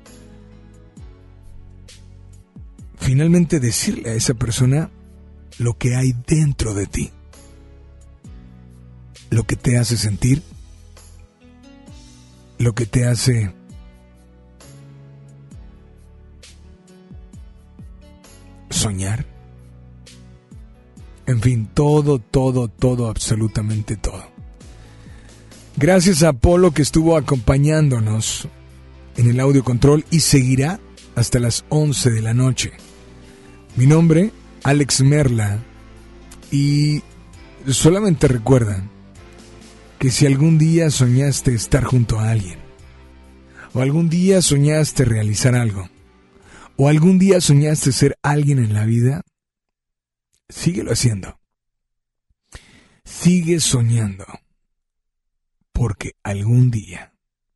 finalmente decirle a esa persona lo que hay dentro de ti, lo que te hace sentir, lo que te hace soñar, en fin, todo, absolutamente todo. Gracias a Apolo que estuvo acompañándonos en el audio control y seguirá hasta las 11 de la noche. Mi nombre, Alex Merla, y solamente recuerda que si algún día soñaste estar junto a alguien, o algún día soñaste realizar algo, o algún día soñaste ser alguien en la vida, síguelo haciendo. Sigue soñando, porque algún día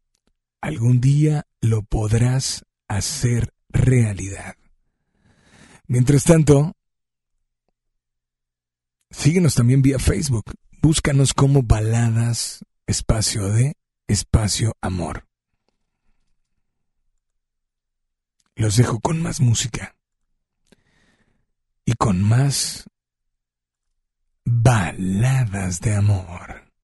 lo podrás hacer realidad. Mientras tanto, síguenos también vía Facebook. Búscanos como Baladas Espacio de Espacio Amor. Los dejo con más música y con más baladas de amor.